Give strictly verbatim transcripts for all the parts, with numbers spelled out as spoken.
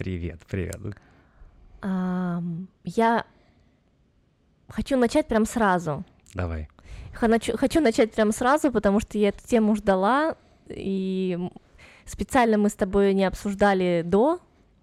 Привет, привет. А, я хочу начать прям сразу. Давай. Хочу, хочу начать прям сразу, потому что я эту тему ждала, и специально мы с тобой не обсуждали до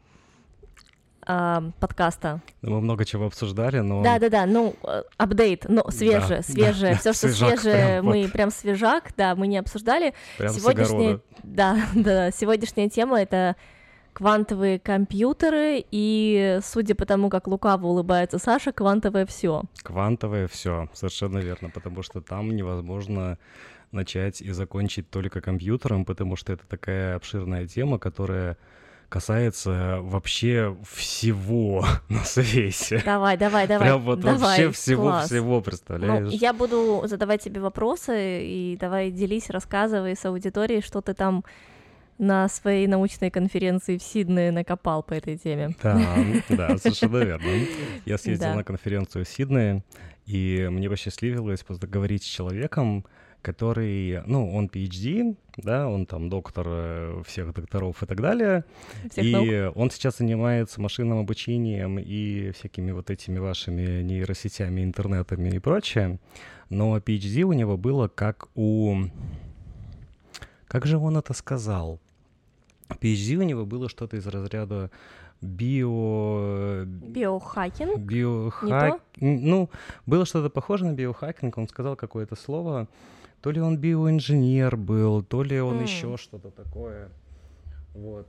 а, подкаста. Ну, мы много чего обсуждали, но... Да-да-да, ну, апдейт, но свежее, да, свежее, да, все, что свежак свежее, прям мы вот. прям свежак, да, мы не обсуждали. Прям Сегодняшняя, с огорода. да, да, сегодняшняя тема — это квантовые компьютеры, и, судя по тому, как лукаво улыбается Саша, квантовое все. Квантовое все, совершенно верно, потому что там невозможно начать и закончить только компьютером, потому что это такая обширная тема, которая касается вообще всего на свете. Давай, давай, давай. Прям вот давай, вообще всего-всего, ну, представляешь? я буду задавать тебе вопросы, и давай делись, рассказывай с аудиторией, что ты там на своей научной конференции в Сиднее накопал по этой теме. Да, да, совершенно верно. Я съездил Да. на конференцию в Сиднее, и мне посчастливилось поговорить с человеком, который, ну, он пи эйч ди, да, он там доктор э, всех докторов и так далее, Всех и наук. он сейчас занимается машинным обучением и всякими вот этими вашими нейросетями, интернетами и прочее, но пи эйч ди у него было как у... Как же он это сказал? пи эйч ди у него было что-то из разряда био... Биохакинг? Биохак... Ну, было что-то похожее на биохакинг, он сказал какое-то слово. То ли он биоинженер был, то ли он Mm. еще что-то такое. Вот.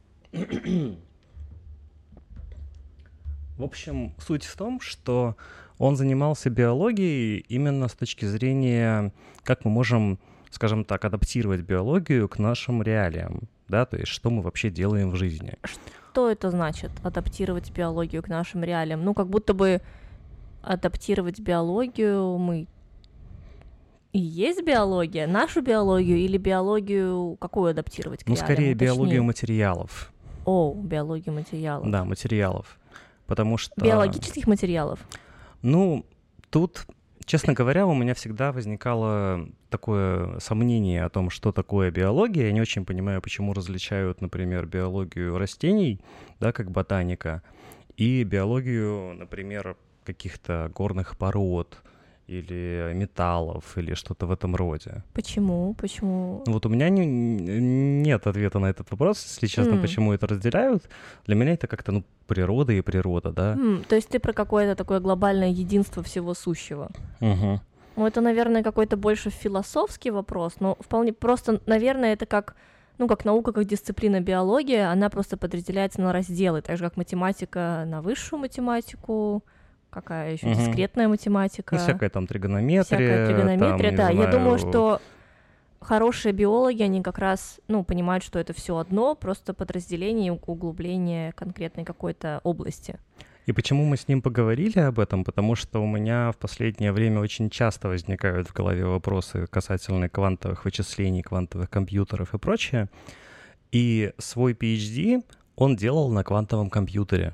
В общем, суть в том, что он занимался биологией именно с точки зрения, как мы можем, скажем так, адаптировать биологию к нашим реалиям, да, то есть что мы вообще делаем в жизни. Что это значит, адаптировать биологию к нашим реалиям? Ну, как будто бы адаптировать биологию мы... И есть биология, нашу биологию или биологию какую адаптировать к Ну, реалиям? скорее, Уточни. биологию материалов. О, биологию материалов. Да, материалов. Потому что... Биологических материалов? Ну, тут, честно говоря, у меня всегда возникало такое сомнение о том, что такое биология. Я не очень понимаю, почему различают, например, биологию растений, да, как ботаника, и биологию, например, каких-то горных пород или металлов, или что-то в этом роде. Почему? Почему? Ну вот у меня не, нет ответа на этот вопрос, если честно, Mm. почему это разделяют. Для меня это как-то, ну, природа и природа, да. Mm, то есть ты про какое-то такое глобальное единство всего сущего? Угу. Ну, это, наверное, какой-то больше философский вопрос, но вполне просто, наверное, это как, ну, как наука, как дисциплина биология, она просто подразделяется на разделы, так же, как математика на высшую математику, какая еще Мгм. дискретная математика. Ну, всякая там тригонометрия. Всякая тригонометрия, там, да. не Я думаю, знаю, что хорошие биологи, они как раз, ну, понимают, что это все одно, просто подразделение, углубление конкретной какой-то области. И почему мы с ним поговорили об этом? Потому что у меня в последнее время очень часто возникают в голове вопросы касательно квантовых вычислений, квантовых компьютеров и прочее. И свой пи эйч ди он делал на квантовом компьютере.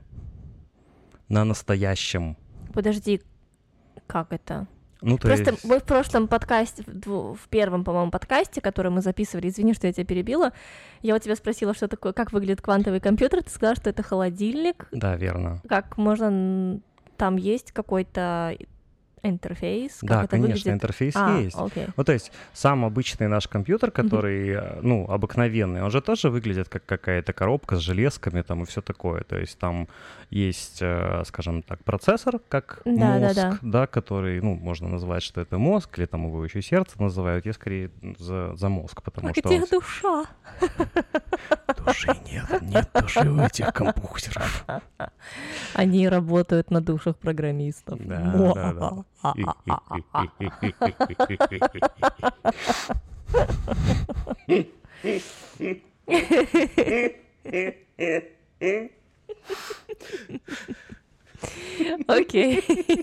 На настоящем. Подожди, как это? Ну, то Просто есть... мы в прошлом подкасте, в, дв- в первом, по-моему, подкасте, который мы записывали, извини, что я тебя перебила, я у тебя спросила, что такое, как выглядит квантовый компьютер, ты сказала, что это холодильник. Да, верно. Как можно... н- Там есть какой-то интерфейс? Как Да, это конечно, выглядит? интерфейс А, есть. окей. Ну, то есть сам обычный наш компьютер, который, э, ну, обыкновенный, он же тоже выглядит как какая-то коробка с железками там и все такое. То есть там есть, э, скажем так, процессор, как Да, да, мозг, да. да, который, ну, можно назвать, что это мозг, или там его еще и сердце называют. Я скорее за, за мозг, потому А что где он... душа? Души нет, нет души у этих компьютеров. Они работают на душах программистов. Да, да, да. Окей.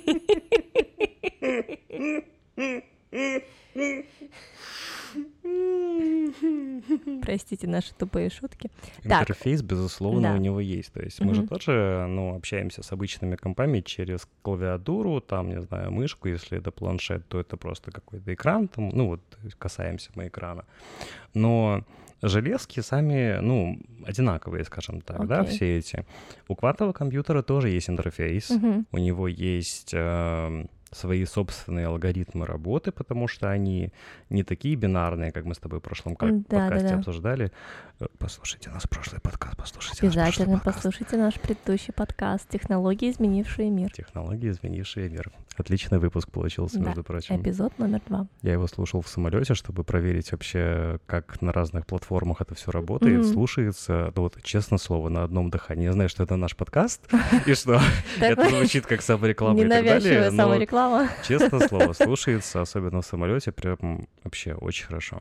Простите наши тупые шутки. Так. Интерфейс, безусловно, Да. у него есть. То есть мы же Мгм. тоже, ну, общаемся с обычными компами через клавиатуру, там, не знаю, мышку. Если это планшет, то это просто какой-то экран, там, ну, вот, то есть касаемся мы экрана. Но железки сами, ну, одинаковые, скажем так, okay. да, все эти. У квантового компьютера тоже есть интерфейс, uh-huh. у него есть э, свои собственные алгоритмы работы, потому что они не такие бинарные, как мы с тобой в прошлом да, подкасте да, да. обсуждали. Послушайте наш прошлый подкаст, послушайте Обязательно наш прошлый послушайте наш предыдущий подкаст «Технологии, изменившие мир». «Технологии, изменившие мир». Отличный выпуск получился, да, между прочим. Эпизод номер два. Я его слушал в самолете, чтобы проверить вообще, как на разных платформах это все работает, mm-hmm. слушается. Ну вот, честное слово, на одном дыхании. Я знаю, что это наш подкаст, и что это звучит как самореклама и так далее. Ненавязчивая самореклама. Честное слово, слушается, особенно в самолете, прям вообще очень хорошо.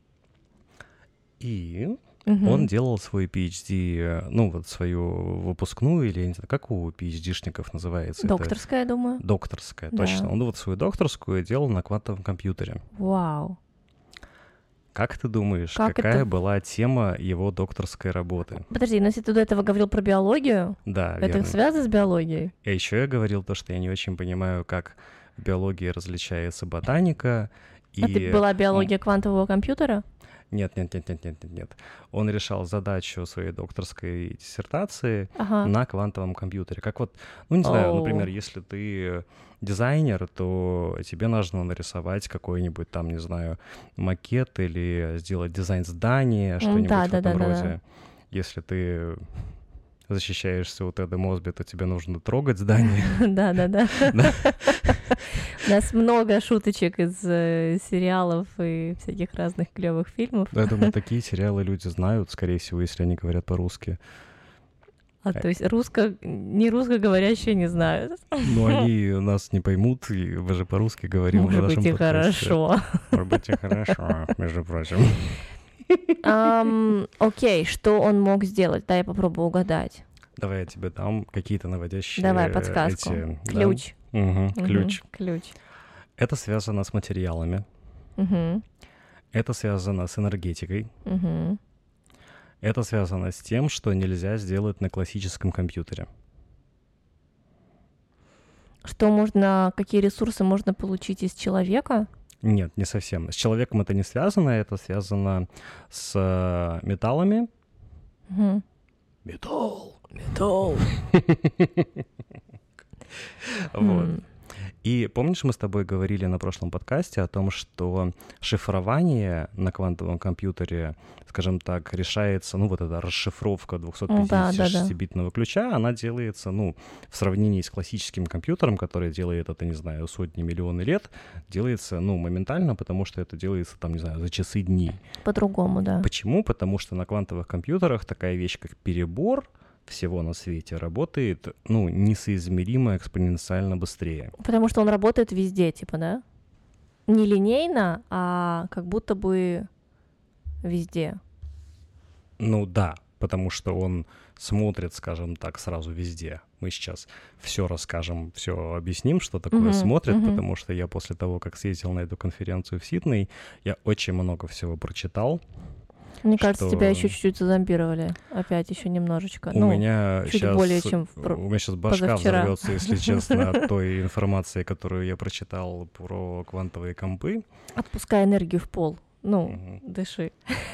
И... Uh-huh. Он делал свой пи эйч ди, ну, вот свою выпускную, или, я не знаю, как у пи эйч ди-шников называется? Докторская, это... думаю. Докторская, да. точно. Он вот свою докторскую делал на квантовом компьютере. Вау. Как ты думаешь, как какая это... была тема его докторской работы? Подожди, но если ты до этого говорил про биологию, да, это верно. связано с биологией? А еще я говорил то, что я не очень понимаю, как в биологии различается ботаника и... Это была биология квантового компьютера? Нет, нет, нет, нет, нет, нет, нет. Он решал задачу своей докторской диссертации ага. на квантовом компьютере. Как вот, ну не знаю, oh. например, если ты дизайнер, то тебе нужно нарисовать какой-нибудь там, не знаю, макет или сделать дизайн здания, что-нибудь да, в да, этом да, роде. Да, да. Если ты защищаешься у Теда Мосби, то тебе нужно трогать здание. Да-да-да. У нас много шуточек из сериалов и всяких разных клевых фильмов. Я думаю, такие сериалы люди знают, скорее всего, если они говорят по-русски. А то есть русско... не русскоговорящие не знают. Ну, они нас не поймут, и вы же по-русски говорим. Может быть, и хорошо. Может быть, и хорошо, между прочим. Um, окей, что он мог сделать? Дай я попробую угадать. Давай я тебе дам какие-то наводящие... Давай подсказку. Эти, ключ. Да? Угу, ключ. Угу, ключ. Это связано с материалами. Угу. Это связано с энергетикой. Угу. Это связано с тем, что нельзя сделать на классическом компьютере. Что можно... Какие ресурсы можно получить из человека? Нет, не совсем. С человеком это не связано, это связано с металлами. Угу. Металл. Металл. Вот. И помнишь, мы с тобой говорили на прошлом подкасте о том, что шифрование на квантовом компьютере, скажем так, решается, ну вот эта расшифровка двести пятидесятишестибитного ключа, она делается, ну, в сравнении с классическим компьютером, который делает это, не знаю, сотни, миллионы лет, делается, ну, моментально, потому что это делается, там, не знаю, за часы дней. По-другому, да. Почему? Потому что на квантовых компьютерах такая вещь, как перебор всего на свете, работает, ну, несоизмеримо экспоненциально быстрее. Потому что он работает везде, типа, да? Не линейно, а как будто бы везде. Ну да, потому что он смотрит, скажем так, сразу везде. Мы сейчас все расскажем, все объясним, что такое uh-huh, смотрит, uh-huh. потому что я после того, как съездил на эту конференцию в Сидней, я очень много всего прочитал. Мне что... кажется, тебя еще чуть-чуть зазомбировали. Опять еще немножечко. У ну, меня чуть сейчас, более, чем в про... У меня сейчас башка позавчера. взорвется, если честно, от той информации, которую я прочитал про квантовые компы. Отпускай энергию в пол. Ну, угу. Дыши.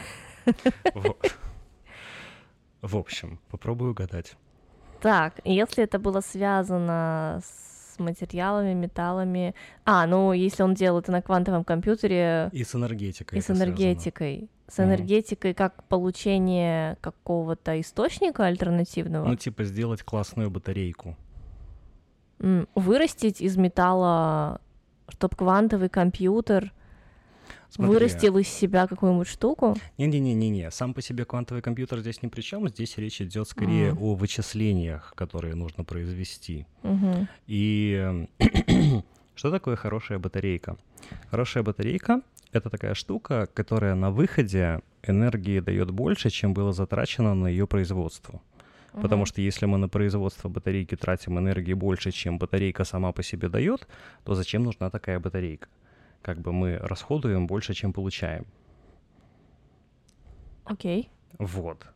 В общем, попробую угадать. Так, если это было связано с материалами, металлами... А, ну, если он делал это на квантовом компьютере... И с энергетикой. И с энергетикой. Связано. С энергетикой mm. как получение какого-то источника альтернативного? Ну, типа сделать классную батарейку. Mm. Вырастить из металла, чтоб квантовый компьютер... Смотри. Вырастил из себя какую-нибудь штуку? Не-не-не-не-не. Сам по себе квантовый компьютер здесь ни при чем. Здесь речь идет скорее mm. о вычислениях, которые нужно произвести. Mm-hmm. И что такое хорошая батарейка? Хорошая батарейка — это такая штука, которая на выходе энергии дает больше, чем было затрачено на ее производство. Mm-hmm. Потому что если мы на производство батарейки тратим энергии больше, чем батарейка сама по себе дает, то зачем нужна такая батарейка? Как бы мы расходуем больше, чем получаем. Окей. Okay. Вот.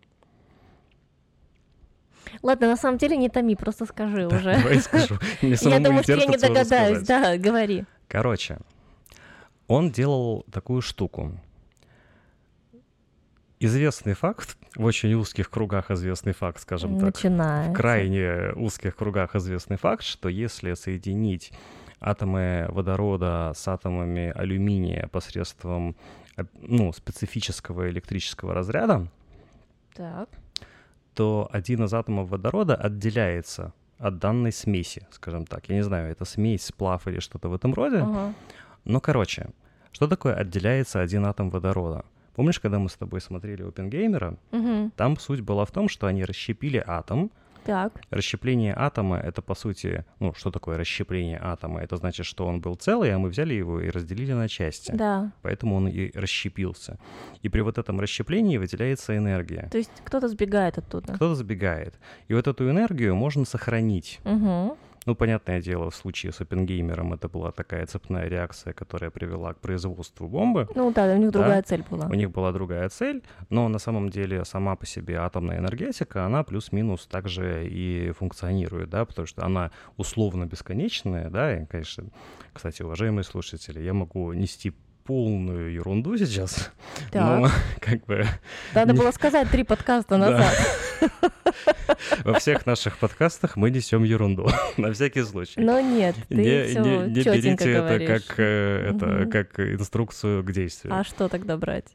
Ладно, на самом деле не томи, просто скажи да, уже. Давай скажу. Я думаю, что я не догадаюсь. Да, говори. Короче, он делал такую штуку. Известный факт, в очень узких кругах известный факт, скажем так, Начинается. в крайне узких кругах известный факт, что если соединить атомы водорода с атомами алюминия посредством ну, специфического электрического разряда, Так. то один из атомов водорода отделяется от данной смеси, скажем так. Я не знаю, это смесь, сплав или что-то в этом роде. Ага. Но, короче, что такое отделяется один атом водорода? Помнишь, когда мы с тобой смотрели Оппенгеймера, Угу. там суть была в том, что они расщепили атом. Так. Расщепление атома — это, по сути, ну, что такое расщепление атома? Это значит, что он был целый, а мы взяли его и разделили на части. Да. Поэтому он и расщепился. И при вот этом расщеплении выделяется энергия. То есть кто-то сбегает оттуда. Кто-то сбегает. И вот эту энергию можно сохранить. Угу. Ну, понятное дело, в случае с Оппенгеймером это была такая цепная реакция, которая привела к производству бомбы. Ну да, у них Да. другая цель была. У них была другая цель, но на самом деле сама по себе атомная энергетика, она плюс-минус также и функционирует, да, потому что она условно бесконечная, да, и, конечно, кстати, уважаемые слушатели, я могу нести полную ерунду сейчас, Так. но как бы Надо не- было сказать три подкаста Да. назад. во всех наших подкастах мы несем ерунду, на всякий случай. Но нет, ты Не, все не, не чётенько берите это говоришь. как, э, это Мгм. как инструкцию к действию. А что тогда брать?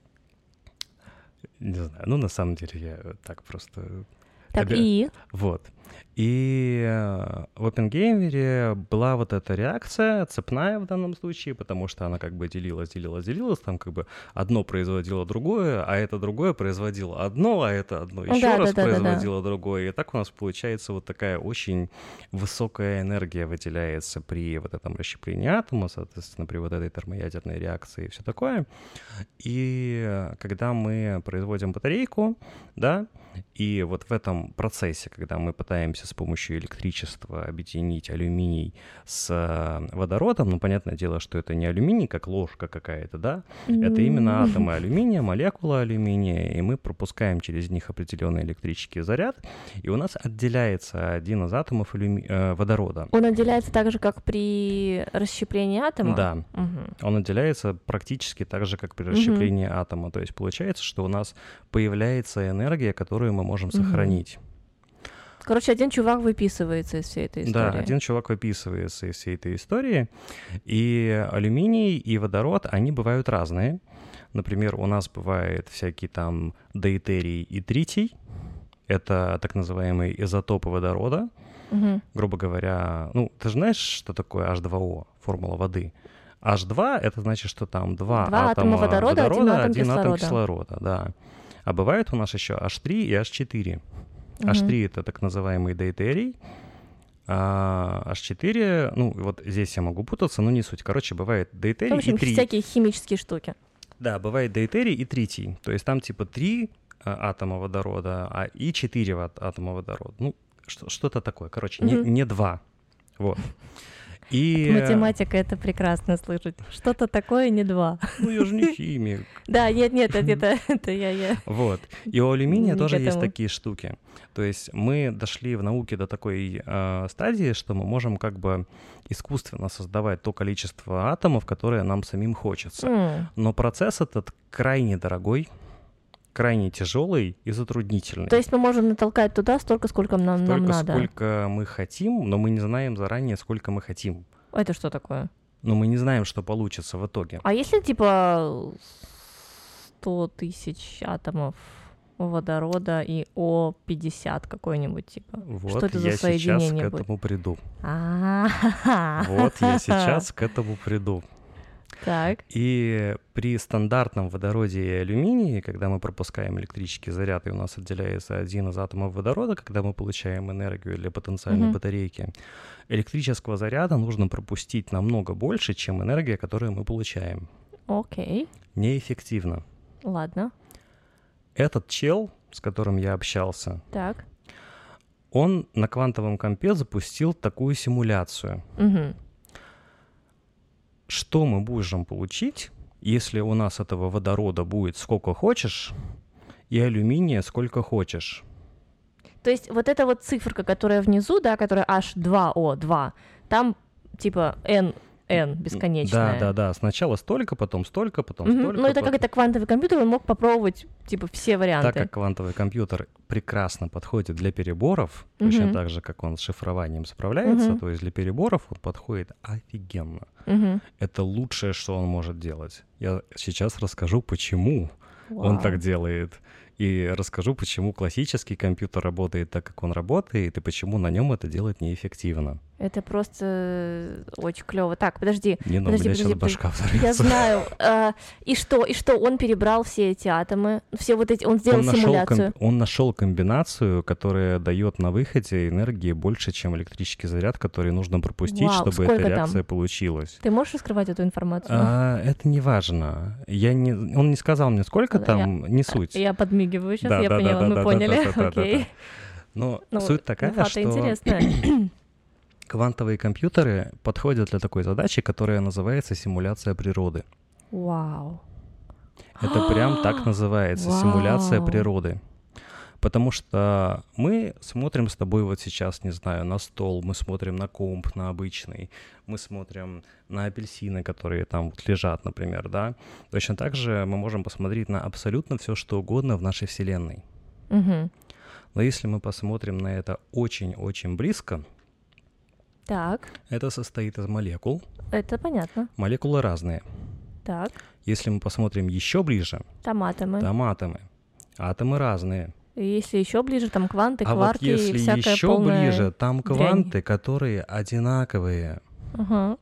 Не знаю, ну на самом деле я так просто... Так, Обе- и? Вот. И э, в Оппенгеймере была вот эта реакция, цепная в данном случае, потому что она как бы делилась, делилась, делилась, там как бы одно производило другое, а это другое производило одно, а это одно Ну еще да, раз да, да, да, да. производило другое. И так у нас получается вот такая очень высокая энергия выделяется при вот этом расщеплении атома, соответственно, при вот этой термоядерной реакции и все такое. И э, когда мы производим батарейку, да, и вот в этом процессе, когда мы пытаемся с помощью электричества объединить алюминий с э, водородом, ну, понятное дело, что это не алюминий, как ложка какая-то, да, это именно М. атомы алюминия, молекулы алюминия, и мы пропускаем через них определенный электрический заряд, и у нас отделяется один из атомов алюми- э, водорода. Он отделяется так же, как при расщеплении атома? Да, Мгм. он отделяется практически так же, как при Мгм. расщеплении атома. То есть получается, что у нас появляется энергия, которую мы можем Мгм. сохранить. Короче, один чувак выписывается из всей этой Да, истории. один чувак выписывается из всей этой истории. И алюминий и водород, они бывают разные. Например, у нас бывает всякий там дейтерий и тритий. Это так называемые изотопы водорода. Мгм. Грубо говоря, ну, ты же знаешь, что такое эйч два о, формула воды? эйч два — это значит, что там два, Два атома водорода, один атом один атом кислорода. кислорода, да. А бывает у нас еще эйч три и эйч четыре. Мгм. эйч три — это так называемый дейтерий, а эйч четыре, ну, вот здесь я могу путаться, но не суть. Короче, бывает дейтерий В общем, и тритий. всякие химические штуки. Да, бывает дейтерий и тритий. То есть там типа три а, атома водорода, а и четыре ат- атома водорода. Ну, что- что-то такое. Короче, не, Мгм. не два. Вот. И... Математика — это прекрасно слышать. Что-то такое, не два. Ну, я же не химик. Да, нет, нет, это, это, это я, я. Вот. И у алюминия Не тоже к есть этому. такие штуки. То есть мы дошли в науке до такой э, стадии, что мы можем как бы искусственно создавать то количество атомов, которое нам самим хочется. М. Но процесс этот крайне дорогой, крайне тяжелый и затруднительный. То есть мы можем натолкать туда столько, сколько нам, нам Столько, надо. сколько мы хотим, но мы не знаем заранее, сколько мы хотим. Это что такое? Но мы не знаем, что получится в итоге. А если типа сто тысяч атомов водорода и О пятьдесят какой-нибудь типа? Вот Что это за я сейчас к соединение будет? этому приду. А-ха-ха. Вот я сейчас к этому приду. Так. И при стандартном водороде и алюминии, когда мы пропускаем электрический заряд, и у нас отделяется один из атомов водорода, когда мы получаем энергию для потенциальной Мгм. батарейки, электрического заряда нужно пропустить намного больше, чем энергия, которую мы получаем. Окей. Неэффективно. Ладно. Этот чел, с которым я общался, Так. он на квантовом компе запустил такую симуляцию. Мгм. Что мы можем получить, если у нас этого водорода будет сколько хочешь, и алюминия сколько хочешь? То есть вот эта вот циферка, которая внизу, да, которая эйч два о два, там типа N n бесконечное. Да, да, да. Сначала столько, потом столько, потом Мгм. столько. Ну, это потом- как это квантовый компьютер, он мог попробовать, типа, все варианты. Так как квантовый компьютер прекрасно подходит для переборов, точно Мгм. так же, как он с шифрованием справляется, Мгм. то есть для переборов он подходит офигенно. Мгм. Это лучшее, что он может делать. Я сейчас расскажу, почему он Вау. так делает. И расскажу, почему классический компьютер работает так, как он работает, и почему на нем это делать неэффективно. Это просто очень клево. Так, подожди. Не, ну, Подожди, у меня сейчас подожди, башка Я взорвется. знаю. А, и что? И что? Он перебрал все эти атомы, все вот эти. Он сделал Он нашел, симуляцию. комби- он нашел комбинацию, которая дает на выходе энергии больше, чем электрический заряд, который нужно пропустить, Вау, чтобы сколько эта там? реакция получилась. Ты можешь раскрывать эту информацию? А, это не важно. Я не, он не сказал мне, сколько Ладно, там, не суть. Я подмигиваю сейчас, Да, я да, поняла, да, мы да, да, поняли. да, да, да, да, Окей. да. Но Ну, суть такая, инфа-то что интересная. квантовые компьютеры подходят для такой задачи, которая называется симуляция природы. Вау. Это прям так называется, симуляция Вау. природы. Потому что мы смотрим с тобой вот сейчас, не знаю, на стол, мы смотрим на комп, на обычный, мы смотрим на апельсины, которые там вот лежат, например, да. Точно так же мы можем посмотреть на абсолютно все, что угодно в нашей Вселенной. Мгм. Но если мы посмотрим на это очень-очень близко, Так, это состоит из молекул. это понятно. Молекулы разные. Так, Если мы посмотрим еще ближе, там атомы. там атомы. Атомы разные. И если еще ближе, там кванты, А вот кварки и если всякая еще полная... ближе, там дрянь. кванты, которые одинаковые. Ага,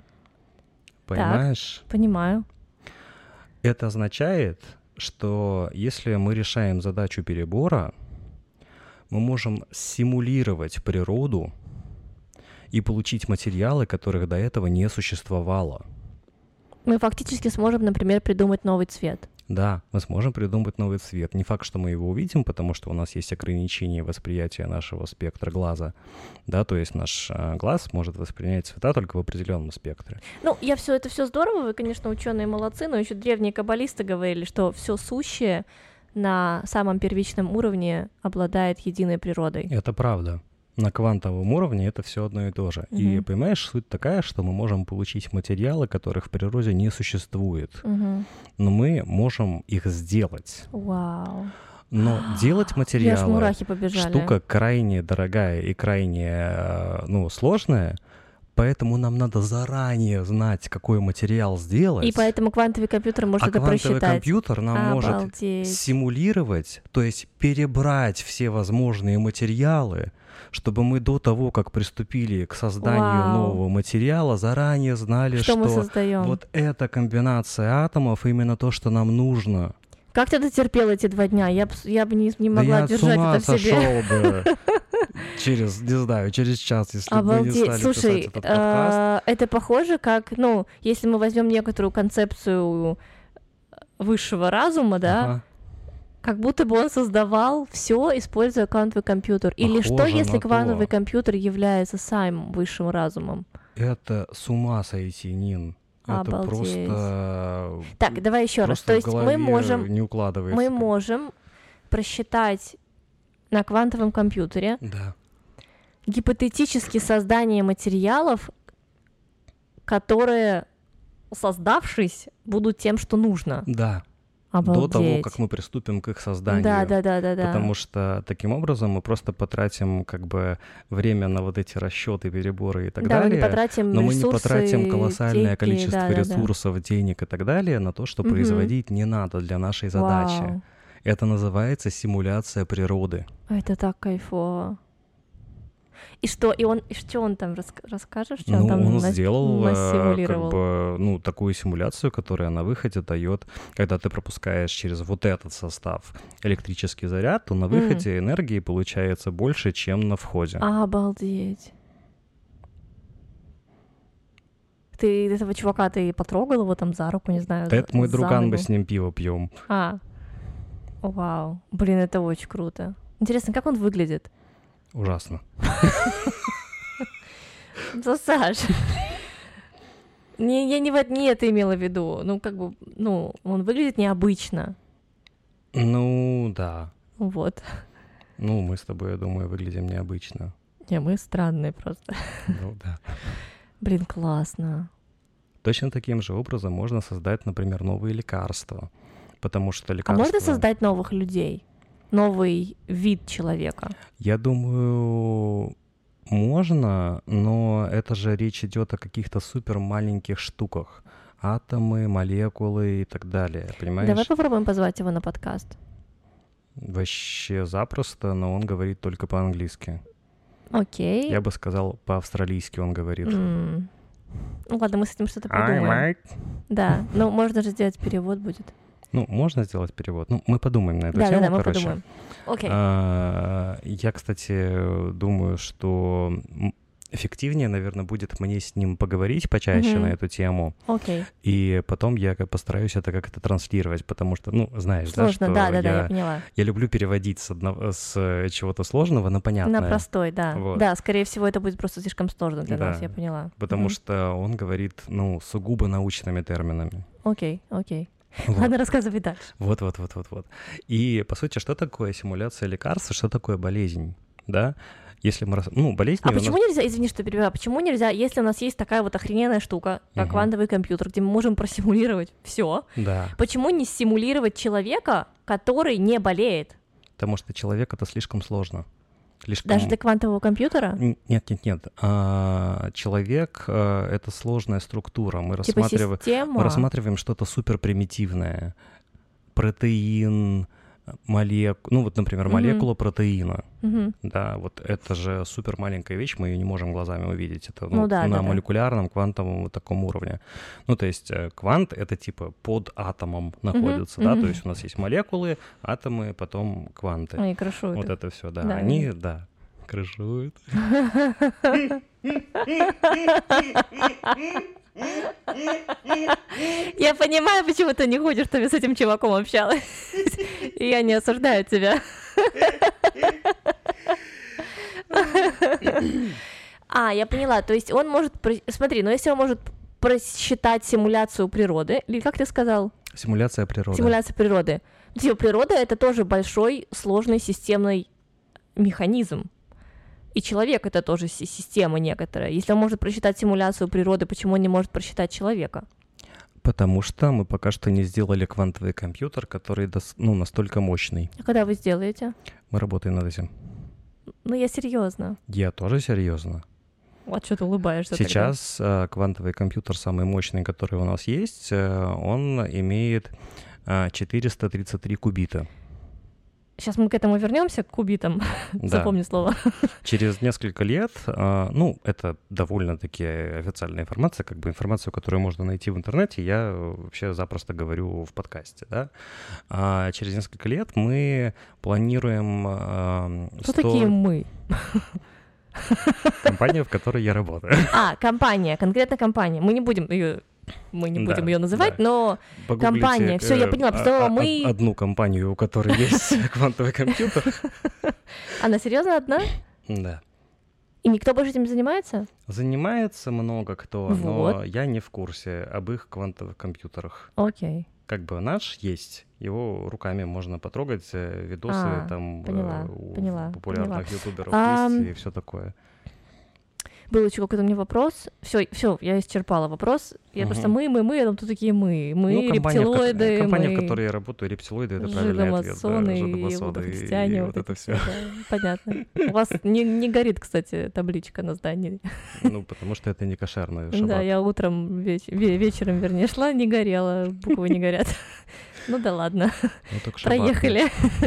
Понимаешь? понимаю. Это означает, что если мы решаем задачу перебора, мы можем симулировать природу и получить материалы, которых до этого не существовало. Мы фактически сможем, например, придумать новый цвет. Да, мы сможем придумать новый цвет. Не факт, что мы его увидим, потому что у нас есть ограничение восприятия нашего спектра глаза. Да, то есть наш а, глаз может воспринять цвета только в определенном спектре. Ну, я все это все здорово, вы, конечно, ученые молодцы, но еще древние каббалисты говорили, что все сущее на самом первичном уровне обладает единой природой. Это правда. На квантовом уровне это все одно и то же. И Мгм. понимаешь, суть такая, что мы можем получить материалы, которых в природе не существует, Мгм. но мы можем их сделать. Вау. Но делать Я аж материалы мурахи побежали. штука крайне дорогая и крайне, э, ну, сложная, поэтому нам надо заранее знать, какой материал сделать. И поэтому квантовый компьютер может а это квантовый просчитать. компьютер нам может Обалдеть. симулировать, то есть перебрать все возможные материалы, чтобы мы до того, как приступили к созданию Вау. нового материала, заранее знали, Что, что, мы создаем? вот эта комбинация атомов именно то, что нам нужно. Как ты дотерпел эти два дня? Я бы я б не, не Да могла я с держать ума это в себе. сошел бы через, не знаю, через час, если бы мы не Обалдеть. стали Слушай, писать этот подкаст. а, это похоже, как, ну, если мы возьмем некоторую концепцию высшего разума, да, Ага. как будто бы он создавал все, используя квантовый компьютер. Или что, Похоже если на квантовый то. компьютер является самым высшим разумом? Это с ума сойти, Нин. Это Обалдеть. просто... Так, давай еще раз. просто То в есть мы голове можем, не укладывается. мы можем просчитать на квантовом компьютере Да. гипотетически создание материалов, которые, создавшись, будут тем, что нужно. Да. Обалдеть. До того, как мы приступим к их созданию. Да, да, да, да, да. Потому что таким образом мы просто потратим как бы время на вот эти расчеты, переборы и так да, мы далее. не потратим Но мы не ресурсы, потратим колоссальное деньги, количество да, да, да. ресурсов, денег и так далее на то, что Мгм. производить не надо для нашей задачи. Вау. Это называется симуляция природы. Это так кайфово. И что, и он, и что он там рас- расскажешь, что Ну, он там он нас- сделал э, как насимулировал? бы, ну, такую симуляцию, которая на выходе дает, когда ты пропускаешь через вот этот состав электрический заряд, то на Мгм. выходе энергии получается больше, чем на входе. Обалдеть. Ты этого чувака, ты потрогал его там за руку, не знаю, Да это мой за друган, мы ногу? с ним пиво пьем. А, вау. Блин, это очень круто. Интересно, как он выглядит? Ужасно. Ну, Саш, не, я не, в это- не это имела в виду. Ну, как бы, ну, он выглядит необычно. Ну, да. Вот. Ну, мы с тобой, я думаю, выглядим необычно. Не, мы странные просто. Ну, да. Блин, классно. Точно таким же образом можно создать, например, новые лекарства, потому что лекарства... А можно создать новых людей? Новый вид человека? Я думаю, можно, но это же речь идет о каких-то супер маленьких штуках. Атомы, молекулы и так далее, понимаешь? Давай попробуем позвать его на подкаст. Вообще запросто, но он говорит только по-английски. Окей. Я бы сказал, по-австралийски он говорит. Mm. Ну ладно, мы с этим что-то придумаем. Да, ну можно же сделать перевод будет. Ну, можно сделать перевод. Ну, мы подумаем на эту да, тему, да, да, мы короче. подумаем. Окей. А, я, кстати, думаю, что эффективнее, наверное, будет мне с ним поговорить почаще mm-hmm. на эту тему. Окей. И потом я постараюсь это как-то транслировать, потому что, ну, знаешь, Сложно, да, что да, да, я, да, я поняла. Я люблю переводить с, одного, с чего-то сложного на понятное. На простой, да. Вот. Да, скорее всего, это будет просто слишком сложно для да, нас, я поняла. Потому mm-hmm. что он говорит, ну, сугубо научными терминами. Окей, окей. Вот. Ладно, рассказывай дальше. Вот-вот-вот-вот-вот. И, по сути, что такое симуляция лекарства, что такое болезнь, да? Если мы... Ну, болезнь... А почему нас... нельзя, извини, что перебиваю, почему нельзя, если у нас есть такая вот охрененная штука, как uh-huh. квантовый компьютер, где мы можем просимулировать все, да. почему не симулировать человека, который не болеет? Потому что человек — это слишком сложно. Слишком... Даже для квантового компьютера? Нет, нет, нет. А, человек — это сложная структура. Мы, типа рассматриваем... система? Мы рассматриваем что-то суперпримитивное. Протеин, молекула... Ну вот, например, молекула mm-hmm. протеина. Mm-hmm. Да, вот это же супер маленькая вещь, мы ее не можем глазами увидеть. Это ну, ну, да, на да, молекулярном, квантовом вот таком уровне. Ну, то есть квант — это типа под атомом находится, mm-hmm. да, mm-hmm. то есть у нас есть молекулы, атомы, потом кванты. Они крышуют. Вот их. это все, да. да. Они, да, крышуют. Я понимаю, почему ты не хочешь, чтобы я с этим чуваком общалась. И я не осуждаю тебя. А, я поняла. То есть он может... Смотри, ну если он может просчитать симуляцию природы, или как ты сказал? Симуляция природы. Симуляция природы. Типа природа — это тоже большой, сложный системный механизм. И человек — это тоже система некоторая. Если он может просчитать симуляцию природы, почему он не может просчитать человека? Потому что мы пока что не сделали квантовый компьютер, который дос- ну, настолько мощный. А когда вы сделаете? Мы работаем над этим. Ну, я серьезно. Я тоже серьезно. Вот что ты улыбаешься. Сейчас тогда. квантовый компьютер, самый мощный, который у нас есть, он имеет четыреста тридцать три кубита. Сейчас мы к этому вернемся, к кубитам. Да. Запомни слово. Через несколько лет, ну, это довольно-таки официальная информация, как бы информацию, которую можно найти в интернете, я вообще запросто говорю в подкасте, да. А через несколько лет мы планируем... Кто сто... такие мы? Компания, в которой я работаю. А, компания, конкретно компания. Мы не будем ее... Мы не будем да, ее называть, да. но Погуглите, компания. Все, я поняла, просто а, мы... Одну компанию, у которой есть квантовый компьютер. Она серьезно одна? Да. И никто больше этим не занимается? Занимается много кто, вот. но я не в курсе об их квантовых компьютерах. Окей. Как бы наш есть, его руками можно потрогать, видосы а, там поняла, у поняла, популярных поняла. ютуберов а... есть и все такое. Был еще какой-то у меня вопрос. Все, все, я исчерпала вопрос. Я угу. просто мы, мы, мы, а там кто такие мы? Мы ну, компания, рептилоиды. В, компания, мы... в которой я работаю, рептилоиды — это правильный ответ. Да, жидомасоны и, христиане, и вот, вот это все. Да, понятно. У вас не, не горит, кстати, табличка на здании. Ну, потому что это не кошерный шаббат. Да, я утром, веч... вечером, вернее, шла, не горела, буквы не горят. Ну да ладно. Проехали.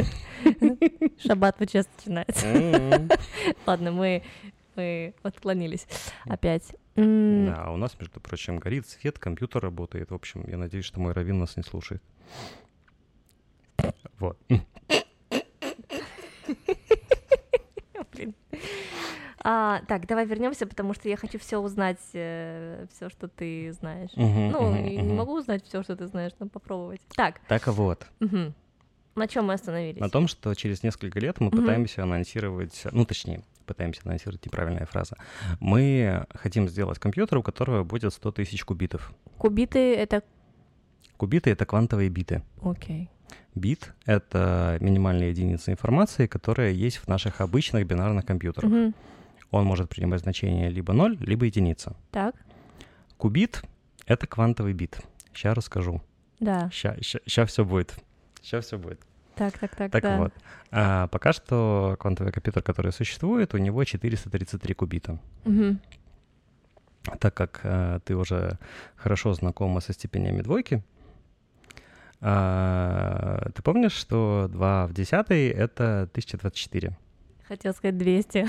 Шаббат вот сейчас начинается. Ладно, мы... Мы отклонились опять. Да, у нас, между прочим, горит свет, компьютер работает. В общем, я надеюсь, что мой раввин нас не слушает. Вот. Блин. А, так, давай вернемся, потому что я хочу все узнать, э, все, что ты знаешь. Uh-huh, ну, uh-huh, не, uh-huh. не могу узнать все, что ты знаешь, но попробовать. Так. Так вот. Uh-huh. На чем мы остановились? На том, что через несколько лет мы uh-huh. пытаемся анонсировать, ну, точнее, пытаемся анонсировать, неправильная фраза. Мы хотим сделать компьютер, у которого будет сто тысяч кубитов. Кубиты — это... Кубиты — это квантовые биты. Окей. Okay. Бит — это минимальная единица информации, которая есть в наших обычных бинарных компьютерах. Uh-huh. Он может принимать значение либо ноль, либо единица. Так. Кубит Это квантовый бит. Сейчас расскажу. Да. Сейчас все будет. Сейчас все будет. Так, так, так, Так да. вот, а, пока что квантовый компьютер, который существует, у него четыреста тридцать три кубита. Угу. Так как а, ты уже хорошо знакома со степенями двойки, а, ты помнишь, что два в десятой — это тысяча двадцать четыре? Хотел сказать двести.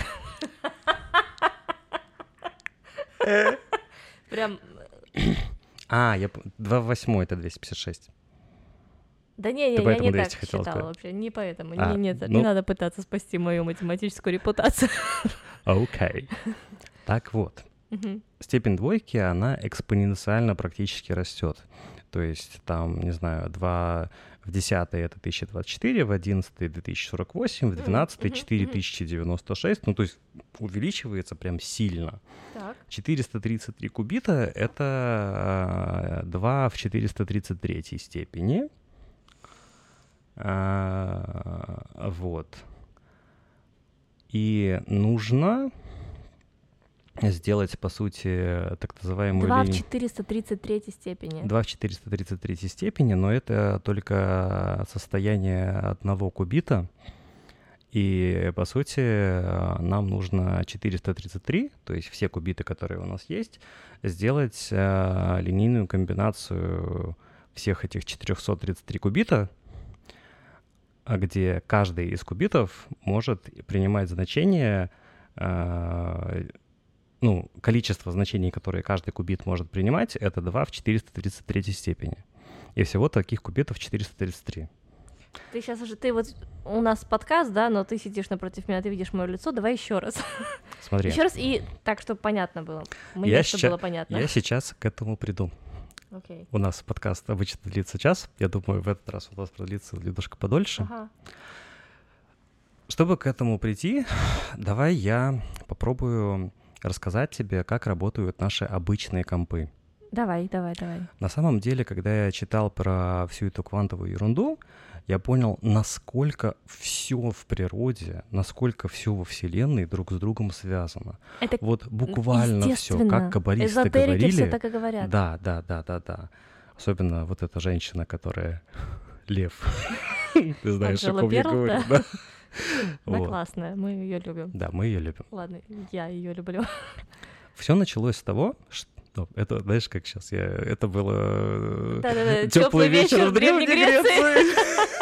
Прям... А, я... два в восьмой — это двести пятьдесят шесть. Да не, не, Ты я поэтому не двести так хотела считала сказать? вообще, не поэтому. А, не, нет, ну- не надо пытаться спасти мою математическую репутацию. Окей. Так вот, Мгм. степень двойки, она экспоненциально практически растет. То есть там, не знаю, два в десятой — это тысяча двадцать четыре, в одиннадцатой — две тысячи сорок восемь, в двенадцатой — мгм, четыре мгм. тысячи девяносто шесть. Ну, то есть увеличивается прям сильно. Так. четыреста тридцать три кубита — это два в четыреста тридцать третьей степени. А, вот. И нужно сделать, по сути, так называемую два в линию. четыреста тридцать третьей степени. два в четыреста тридцать третьей степени, но это только состояние одного кубита. И, по сути, нам нужно четыреста тридцать три, то есть все кубиты, которые у нас есть, сделать э, линейную комбинацию всех этих четыреста тридцать три кубита, а где каждый из кубитов может принимать значение, э, ну, количество значений, которые каждый кубит может принимать, это два в четыреста тридцать третьей степени. И всего таких кубитов четыреста тридцать три. Ты сейчас уже, ты вот, у нас подкаст, да, но ты сидишь напротив меня, ты видишь мое лицо, давай еще раз. Смотри, Еще раз, и так, чтобы понятно было. Мне, Я чтобы ща- было понятно. я сейчас к этому приду. Окей. У нас подкаст обычно длится час. Я думаю, в этот раз у нас продлится немножко подольше. Ага. Чтобы к этому прийти, давай я попробую рассказать тебе, как работают наши обычные компы. Давай, давай, давай. На самом деле, когда я читал про всю эту квантовую ерунду, я понял, насколько все в природе, насколько все во Вселенной друг с другом связано. Это Вот буквально все, естественно. как каббалисты Эзотерики говорили. все так и говорят. Да, да, да, да, да. Особенно вот эта женщина, которая лев. Ты знаешь, о Анжела ком я Перл, говорю, да. да? Она Вот. классная, мы ее любим. Да, мы ее любим. Ладно, я ее люблю. Все началось с того, что ну, это, знаешь, как сейчас я... Это было Да-да-да, теплый вечер в Древней Греции.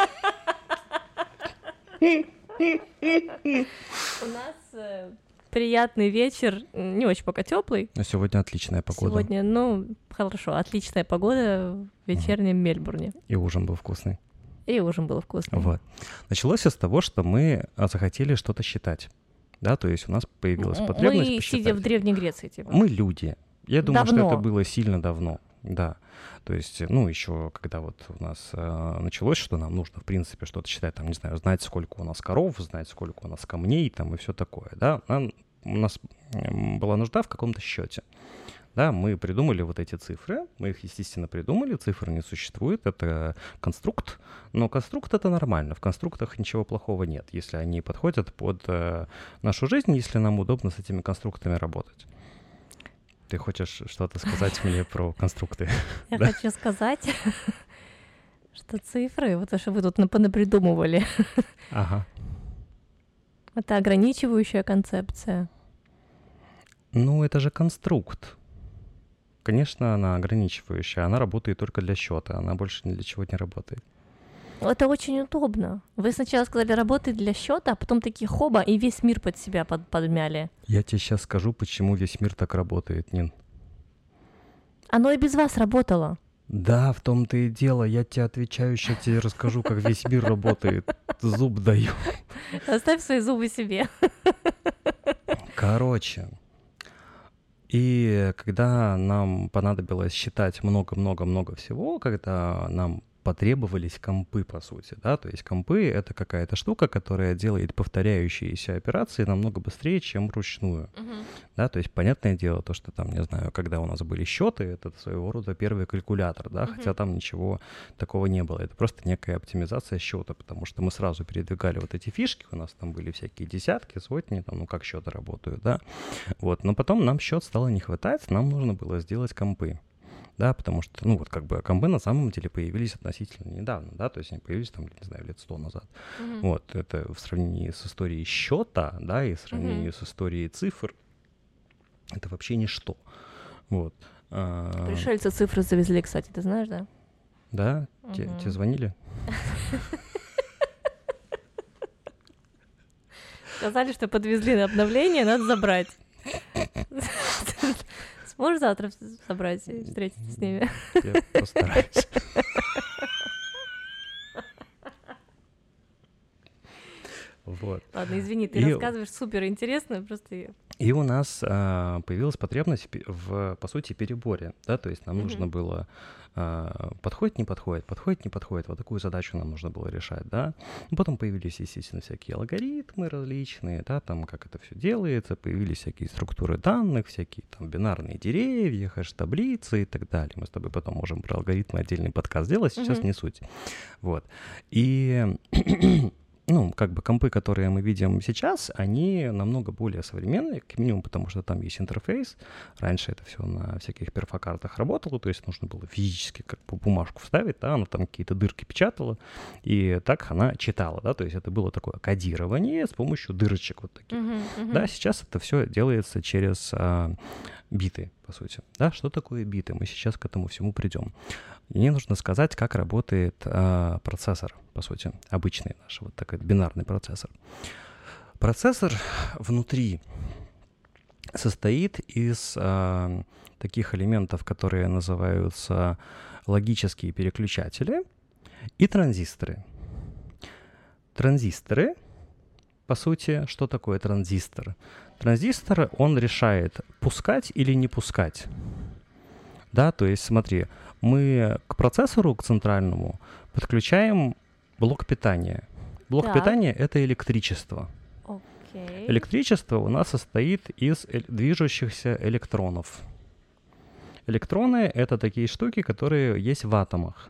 У нас э, приятный вечер, не очень пока теплый. Но сегодня отличная погода. Сегодня, ну, хорошо, отличная погода в вечернем Мельбурне. И ужин был вкусный. И ужин был вкусный. Вот. Началось все с того, что мы а, захотели что-то считать. Да, то есть у нас появилась М- потребность Мы, посчитать. сидя в Древней Греции, типа. Мы люди. Я думаю, Давно. что это было сильно давно. Да. То есть, ну, еще когда вот у нас э, началось, что нам нужно, в принципе, что-то считать, там, не знаю, знать, сколько у нас коров, знать, сколько у нас камней, там, и все такое, да. Нам, у нас м, была нужда в каком-то счете. Да, мы придумали вот эти цифры, мы их, естественно, придумали, цифр не существует, это конструкт, но конструкт — это нормально, в конструктах ничего плохого нет, если они подходят под э, нашу жизнь, если нам удобно с этими конструктами работать. Ты хочешь что-то сказать мне про конструкты? Я Да. хочу сказать, что цифры, вот то, что вы тут напридумывали, Ага. это ограничивающая концепция. Ну, это же конструкт. Конечно, она ограничивающая, она работает только для счета, она больше ни для чего не работает. Это очень удобно. Вы сначала сказали, работает для счета, а потом такие хоба, и весь мир под себя под- подмяли. Я тебе сейчас скажу, почему весь мир так работает, Нин. Оно и без вас работало. Да, в том-то и дело. Я тебе отвечаю, сейчас тебе расскажу, как весь мир работает. Зуб даю. Оставь свои зубы себе. Короче. И когда нам понадобилось считать много-много-много всего, когда нам потребовались компы, по сути, да, то есть компы — это какая-то штука, которая делает повторяющиеся операции намного быстрее, чем вручную, да, то есть понятное дело то, что там, не знаю, когда у нас были счеты, это своего рода первый калькулятор, да, Мгм. хотя там ничего такого не было, это просто некая оптимизация счета, потому что мы сразу передвигали вот эти фишки, у нас там были всякие десятки, сотни, там, ну как счеты работают, да, вот, но потом нам счет стало не хватать, нам нужно было сделать компы. да, потому что, ну, вот как бы компы на самом деле появились относительно недавно, да, то есть они появились там, не знаю, лет сто назад. Mm-hmm. Вот, это в сравнении с историей счета, да, и в сравнении mm-hmm. с историей цифр, это вообще ничто. Вот. Пришельцы цифры завезли, кстати, ты знаешь, да? Да? Mm-hmm. Те, тебе звонили? Сказали, что подвезли на обновление, надо забрать. Сможешь завтра собрать и встретиться с ними? Я постараюсь. Вот. Ладно, извини, ты и... рассказываешь супер интересно, просто... И у нас а, появилась потребность в, по сути, переборе, да, то есть нам mm-hmm. нужно было а, подходит, не подходит, подходит, не подходит, вот такую задачу нам нужно было решать, да. Потом появились, естественно, всякие алгоритмы различные, да, там, как это все делается, появились всякие структуры данных, всякие там бинарные деревья, хэш-таблицы и так далее. Мы с тобой потом можем про алгоритмы отдельный подкаст сделать, сейчас mm-hmm. не суть. Вот. И... Ну, как бы компы, которые мы видим сейчас, они намного более современные, как минимум, потому что там есть интерфейс. Раньше это все на всяких перфокартах работало, то есть нужно было физически как бы бумажку вставить, да, она там какие-то дырки печатала, и так она читала, да, то есть это было такое кодирование с помощью дырочек вот таких. Uh-huh, uh-huh. Да, сейчас это все делается через а, биты, по сути. Да, что такое биты? Мы сейчас к этому всему придем. Мне нужно сказать, как работает а, процессор, по сути, обычный наш, вот такой бинарный процессор. Процессор внутри состоит из а, таких элементов, которые называются логические переключатели и транзисторы. Транзисторы, по сути, что такое транзистор? Транзистор, он решает, пускать или не пускать. Да, то есть смотри, мы к процессору, к центральному, подключаем блок питания. Блок так. питания — это электричество. Okay. Электричество у нас состоит из э- движущихся электронов. Электроны — это такие штуки, которые есть в атомах.